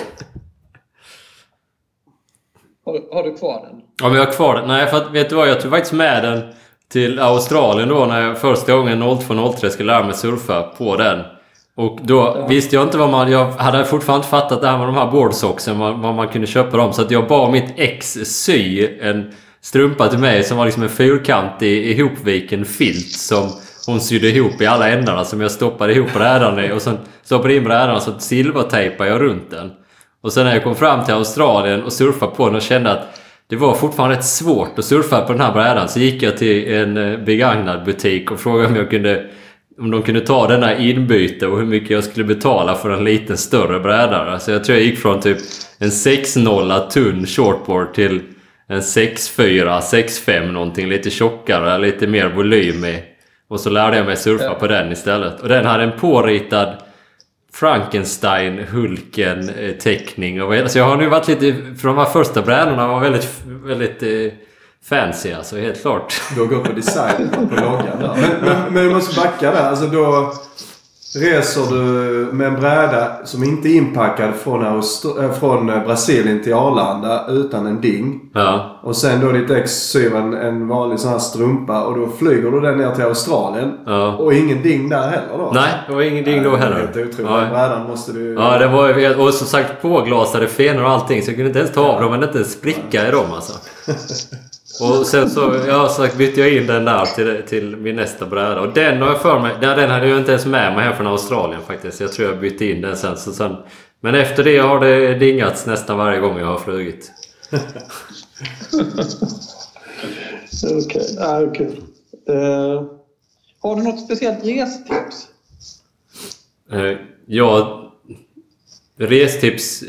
Har du kvar den? Ja, men jag har kvar den. Nej, för att, vet du vad? Jag tog faktiskt med den till Australien då när jag första gången 02-03 skulle lära mig surfa på den. Och då visste jag inte jag hade fortfarande inte fattat det här med de här boardsocksen, vad man kunde köpa dem. Så att jag bad mitt ex sy en strumpa till mig som var liksom en fyrkantig ihopviken filt som hon sydde ihop i alla ändarna som jag stoppade ihop brädan i. Och sen stoppade in brädan så silvertejpade jag runt den. Och sen när jag kom fram till Australien och surfade på den och kände att det var fortfarande rätt svårt att surfa på den här brädan, så gick jag till en begagnad butik och frågade om de kunde ta denna inbyte och hur mycket jag skulle betala för en liten större bräda. Alltså jag tror jag gick från typ en 6.0 tunn shortboard till en 6.4, 6.5 någonting, lite tjockare, lite mer volym i. Och så lärde jag mig surfa på den istället. Och den hade en påritad Frankenstein Hulken teckning och så jag har nu varit lite, för de här första brädorna var väldigt väldigt fancy, alltså helt klart. Du har gått på design på loggan. Men du måste backa där, alltså då reser du med en bräda som inte är inpackad från Brasilien till Arlanda utan en ding. Ja. Och sen då ditt ex syr en vanlig sån här strumpa och då flyger du den ner till Australien. Ja. Och ingen ding där heller då? Nej, det var ingen ding då heller. Det är otroligt. Ja. Brädan måste du... Ja, det var, och som sagt påglasade fenor och allting, så jag kunde inte ens ta av dem, men inte spricka i dem alltså. Och sen så, bytte jag in den där till min nästa bräda. Och den har jag för mig, den hade jag inte ens med mig här från Australien faktiskt. Jag tror jag bytte in den sen. Men efter det har det dingats nästan varje gång jag har flugit. Okej. Har du något speciellt restips? Restips...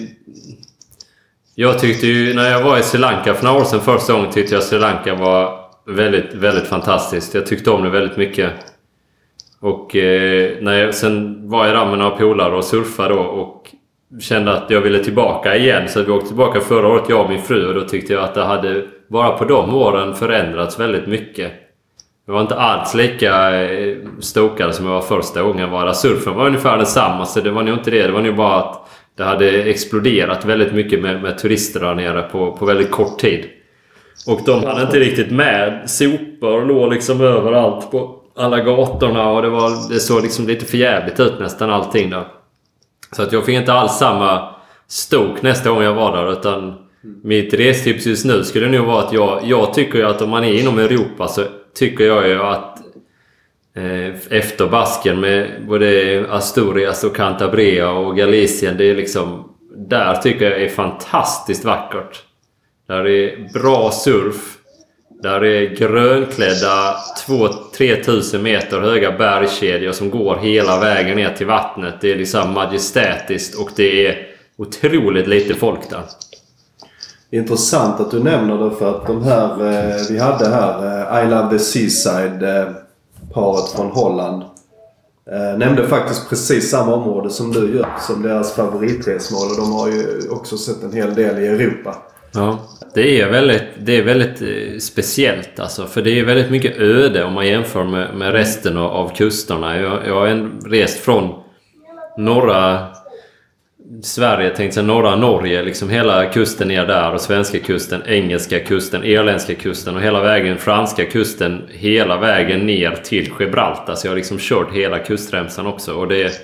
Jag tyckte ju, när jag var i Sri Lanka för några år sedan första gången, tyckte jag Sri Lanka var väldigt, väldigt fantastiskt. Jag tyckte om det väldigt mycket. Och sen var jag där med några polare och surfade då och kände att jag ville tillbaka igen. Så vi åkte tillbaka förra året, jag och min fru, och då tyckte jag att det hade bara på de åren förändrats väldigt mycket. Jag var inte alls lika stokad som jag var första gången jag var där. Surfen var ungefär detsamma, så det var nog inte det. Det var nog bara att det hade exploderat väldigt mycket med turister där nere på väldigt kort tid. Och de hade inte riktigt med sopor, låg liksom överallt på alla gatorna, och det såg liksom lite förjävligt ut nästan allting där. Så att jag fick inte alls samma stok nästa gång jag var där, utan mitt restips just nu skulle nog vara att jag tycker ju att om man är inom Europa, så tycker jag ju att efter Basken med både Asturias och Cantabria och Galicien, det är liksom, där tycker jag är fantastiskt vackert. Där är bra surf, där är grönklädda 2-3 tusen meter höga bergskedjor som går hela vägen ner till vattnet. Det är liksom majestätiskt och det är otroligt lite folk där. Intressant att du nämner det, för att de här vi hade här I Love the Seaside paret från Holland nämnde faktiskt precis samma område som du gör som deras favoritresmål, och de har ju också sett en hel del i Europa. Ja, det är väldigt speciellt alltså, för det är väldigt mycket öde om man jämför med resten av kusterna. Jag har rest från norra Sverige, tänkte jag, norra Norge, liksom hela kusten ner där, och svenska kusten, engelska kusten, irländska kusten och hela vägen franska kusten, hela vägen ner till Gibraltar. Så jag har liksom kört hela kustremsan också, och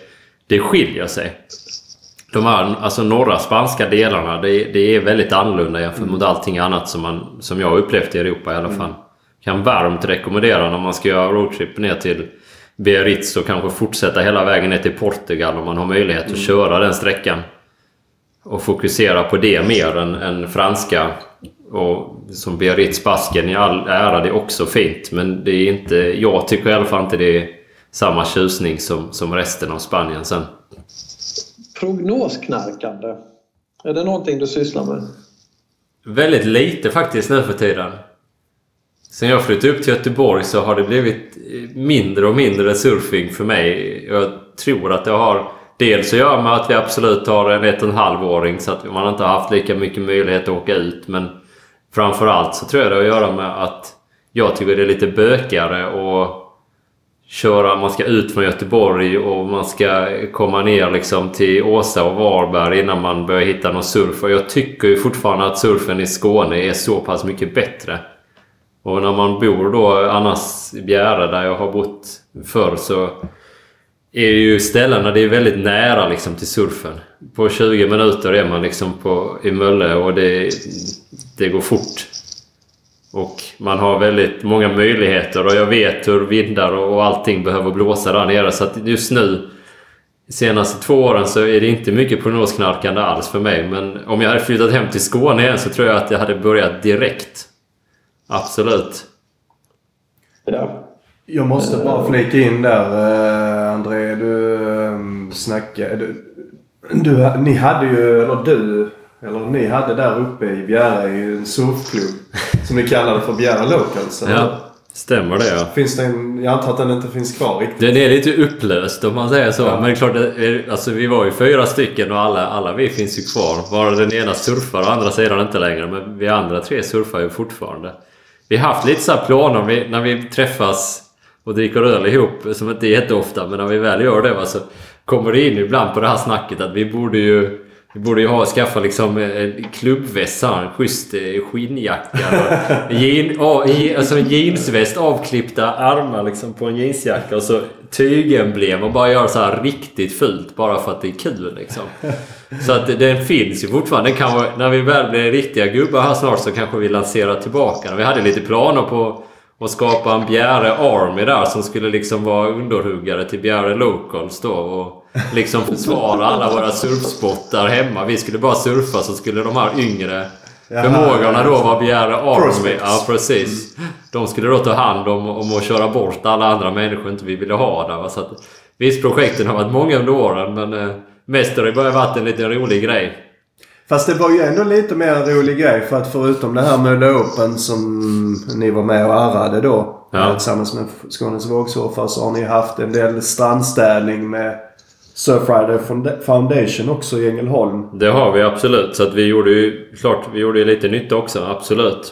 det skiljer sig. De här, alltså norra spanska delarna, det är väldigt annorlunda jämfört mot allting annat som jag har upplevt i Europa i alla fall. Kan varmt rekommendera när man ska göra roadtrip ner till Biarritz och kanske fortsätta hela vägen ner till Portugal om man har möjlighet att köra den sträckan. Och fokusera på det mer än franska. Och som Biarritz, Basken i all ära, det är också fint. Men det är inte, jag tycker i alla fall inte det är samma tjusning som resten av Spanien sen. Prognosknarkande. Är det någonting du sysslar med? Väldigt lite faktiskt nu för tiden. Sen jag flyttade upp till Göteborg så har det blivit mindre och mindre surfing för mig. Jag tror att det har dels att göra med att vi absolut har en 1,5-åring så att man inte har haft lika mycket möjlighet att åka ut. Men framförallt så tror jag det har att göra med att jag tycker det är lite bökigare och köra, man ska ut från Göteborg och man ska komma ner liksom till Åsa och Varberg innan man börjar hitta någon surf. Och jag tycker ju fortfarande att surfen i Skåne är så pass mycket bättre. Och när man bor då annars i Bjäre där jag har bott förr så är det ju ställena det är väldigt nära liksom till surfen. På 20 minuter är man liksom i Mölle och det går fort. Och man har väldigt många möjligheter och jag vet hur vindar och allting behöver blåsa där nere. Så att just nu, de senaste 2 åren så är det inte mycket prognosknarkande alls för mig. Men om jag hade flyttat hem till Skåne igen så tror jag att jag hade börjat direkt. Absolut. Ja. Jag måste bara flika in där, André. Du snackade... Ni hade ju, ni hade där uppe i Bjäre en surfklubb som ni kallade för Bjäre Locals. Eller? Ja, stämmer det. Ja. Finns det jag antar att den inte finns kvar riktigt. Den är lite upplöst om man säger så. Ja. Men det är klart, alltså, vi var ju 4 stycken och alla vi finns ju kvar. Bara den ena surfar och andra sidan inte längre. Men vi andra 3 surfar ju fortfarande. Vi har haft lite så här planer när vi träffas och dricker öl ihop, som inte är jätteofta, men när vi väl gör det så kommer det in ibland på det här snacket att vi borde ju skaffa liksom en klubbväst, en schysst skinnjacka alltså en jeansväst, avklippta armar liksom på en jeansjacka och så tygemblem och bara göra så här riktigt fult bara för att det är kul liksom. Så att den finns ju fortfarande. Den kan, när vi väl blir riktiga gubbar här snart så kanske vi lanserar tillbaka. Vi hade lite planer på att skapa en Bjäre Army där som skulle liksom vara underhuggare till Bjäre Locals då och liksom försvara alla våra surfspottar hemma. Vi skulle bara surfa så skulle de här yngre förmågorna då vara Bjäre Army. Ja, precis. De skulle då ta hand om att köra bort alla andra människor inte vi ville ha där. Så att, visst, projekten har varit många under åren men mest har det bara varit en liten rolig grej. Fast det var ju ändå lite mer en rolig grej för att förutom det här Mölle Open som ni var med och arrade då tillsammans med Skånes vågsurfare så har ni haft en del strandstädning med Surfrider Foundation också i Ängelholm. Det har vi absolut, så att vi gjorde ju lite nytta också, absolut.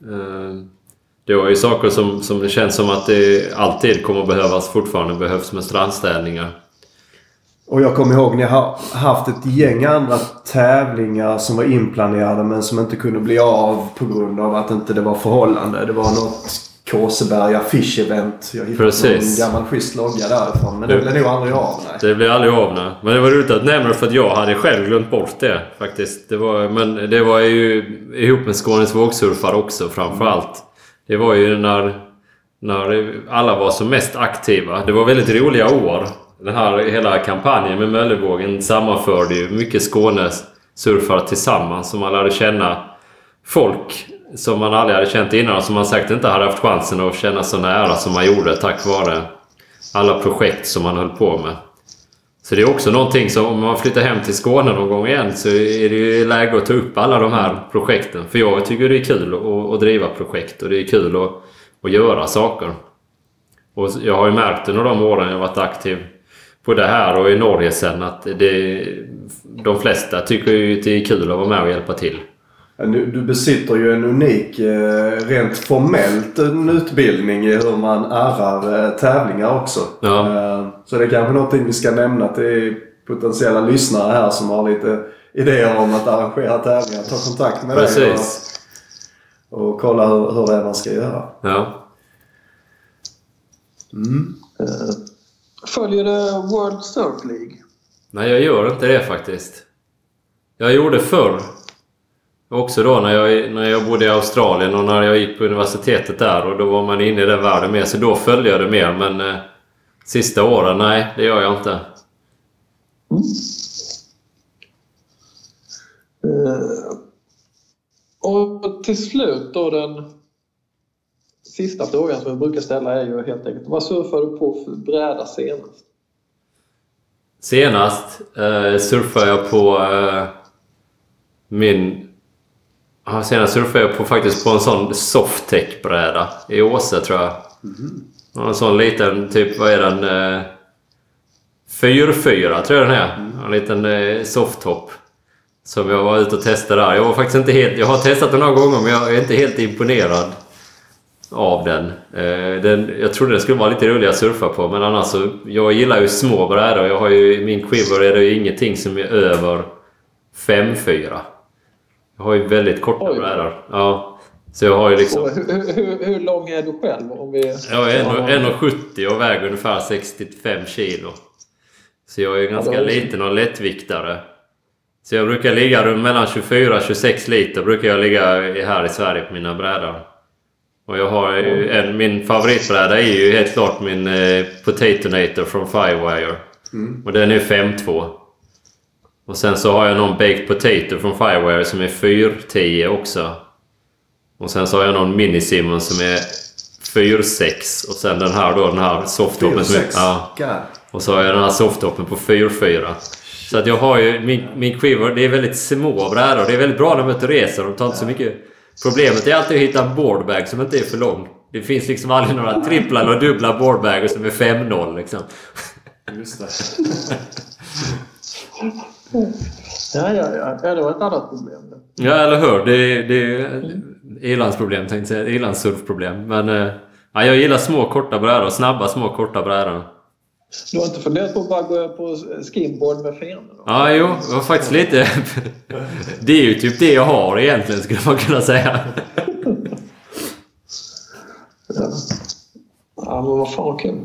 Det var ju saker som det känns som att det alltid kommer behövs med strandstädningar. Och jag kommer ihåg ni har haft ett gäng andra tävlingar som var inplanerade men som inte kunde bli av på grund av att inte det var förhållande. Det var något Kåseberga Fish Event. Jag hittade en gammal schysst logga därifrån. Men det blev nog aldrig av. Nej. Det blev aldrig av, nej. Men det var roligt att nämna för att jag hade själv glömt bort det faktiskt. Men det var ju ihop med Skånes vågsurfare också framförallt. Det var ju när alla var som mest aktiva. Det var väldigt roliga år. Den här hela kampanjen med Möllevågen sammanförde ju mycket Skånes surfare tillsammans som man lärde känna folk som man aldrig hade känt innan och som man sagt inte hade haft chansen att känna så nära som man gjorde tack vare alla projekt som man höll på med. Så det är också någonting som om man flyttar hem till Skåne någon gång igen så är det ju läge att ta upp alla de här projekten. För jag tycker det är kul att driva projekt och det är kul att göra saker. Och jag har ju märkt under de åren jag varit aktiv på det här och i Norge sen att de flesta tycker ju att det är kul att vara med och hjälpa till. Du besitter ju en unik, rent formellt en utbildning i hur man arrar tävlingar också. Ja. Så det är kanske någonting vi ska nämna till potentiella lyssnare här som har lite idéer om att arrangera tävlingar. Ta kontakt med dig och kolla hur det är man ska göra. Ja. Följer det World Surf League? Nej, jag gör inte det faktiskt. Jag gjorde förr. Också då när jag bodde i Australien och när jag gick på universitetet där. Och då var man inne i den världen mer. Så då följde jag det mer. Men sista åren, nej, det gör jag inte. Och till slut då, den sista frågan som jag brukar ställa är ju helt enkelt: vad surfar du på för bräda senast? Senast surfade jag på senast surfade jag faktiskt på en sån Softtech-bräda i Åse, tror jag. En sån liten, typ, vad är den? 4-4 tror jag den är. En liten softtop som jag var ute och testade där. Jag var faktiskt inte helt... Jag har testat den några gånger, men jag är inte helt imponerad av den. Jag trodde det skulle vara lite roligt att surfa på, men annars så... Jag gillar ju små brädor. Jag har ju i min quiver är det ju ingenting som är över 5-4. Jag har ju väldigt korta brädor. Ja. Så jag har ju liksom... Hur lång är du själv? Om vi... Jag är 1,70 och väger ungefär 65 kilo. Så jag är ganska liten och lättviktare. Så jag brukar ligga mellan 24 och 26 liter brukar jag ligga här i Sverige på mina brädor. Och jag har min favoritbräda är ju helt klart min Potatonator från Firewire. Och den är 5,2. Och sen så har jag någon Baked Potato från Firewire som är 4,10 också. Och sen så har jag någon Mini Simmons som är 4,6. Och sen den här softtoppen som är... Ja. Och så har jag den här softtoppen på 4,4. Så att jag har ju min quiver, det är väldigt små brädor. Det är väldigt bra när man reser. De tar inte så mycket. Problemet är alltid att hitta en boardbag som inte är för lång. Det finns liksom aldrig några trippla eller dubbla boardbagar som är 5,0 liksom. Just det. Ja, det var ett annat problem. Ja, eller hur? Det är ilandsproblem, tänkte jag säga. Ilandssurfproblem. Men jag gillar små korta brädor. Snabba små korta brädor. Du har inte funderat på att bara gå på skimboard med fenor? Ja, jo. Det var faktiskt lite... Det är ju typ det jag har egentligen, skulle man kunna säga. Ja, men vad fan kul.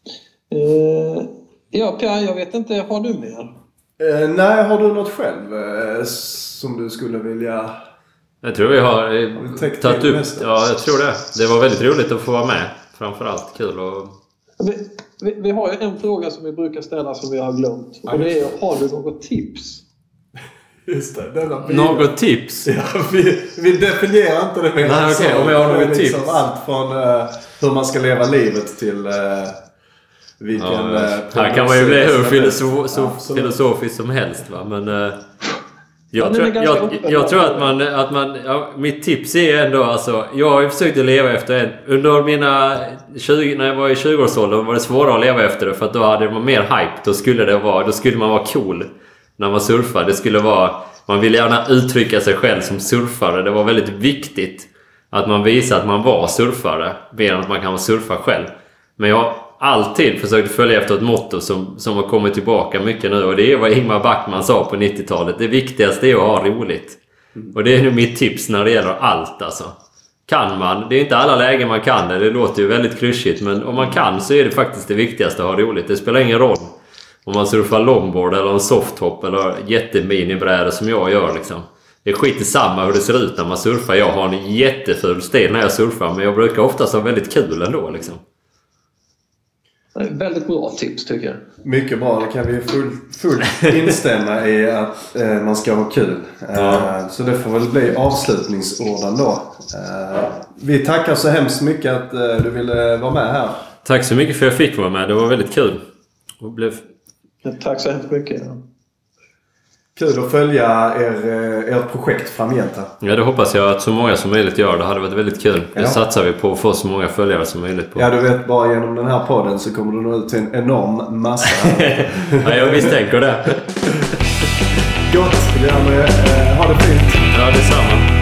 Ja, Pierre, jag vet inte. Har du mer? Nej, har du något själv som du skulle vilja... Jag tror vi har tagit upp... Ja, jag tror det. Det var väldigt roligt att få vara med. Framförallt kul och... Vi har ju en fråga som vi brukar ställa som vi har glömt. Och det är: har du något tips? Just det, något tips? Ja, vi definierar inte det med. Nej, okej, om jag har något liksom tips. Allt från hur man ska leva livet till vilken... här kan man ju bli hur filosofiskt som helst, va? Men... Jag tror att man mitt tips är ändå, alltså, jag har ju försökt att leva efter under mina 20, när jag var i 20-årsåldern var det svårare att leva efter det, för att då hade man mer hype. Då skulle man vara cool när man surfar. Det skulle vara, man ville gärna uttrycka sig själv som surfare. Det var väldigt viktigt att man visar att man var surfare mer än att man kan surfa själv. Men jag har alltid försökt följa efter ett motto som har kommit tillbaka mycket nu. Och det är vad Ingmar Backman sa på 90-talet. Det viktigaste är att ha roligt. Och det är nu mitt tips när det gäller allt, alltså. Kan man, det är inte alla lägen man kan det. Det låter ju väldigt klyschigt. Men om man kan så är det faktiskt det viktigaste att ha roligt. Det spelar ingen roll om man surfar longboard eller en softtop eller jätteminibrädor som jag gör liksom. Det är skit i samma hur det ser ut när man surfar. Jag har en jätteful stil när jag surfar. Men jag brukar oftast ha väldigt kul ändå liksom. Väldigt bra tips, tycker jag. Mycket bra, det kan vi fullt instämma i, att man ska ha kul. Så det får väl bli avslutningsorden då. Vi tackar så hemskt mycket att du ville vara med här. Tack så mycket för att jag fick vara med, det var väldigt kul. Tack så hemskt mycket. Kul att följa ert projekt framgent här. Ja, det hoppas jag att så många som möjligt gör. Det hade varit väldigt kul. Det satsar vi på att få så många följare som möjligt på. Ja, du vet, bara genom den här podden så kommer du nå ut till en enorm massa. Ja, jag misstänker det. Gott, ha det fint. Ja, detsamma.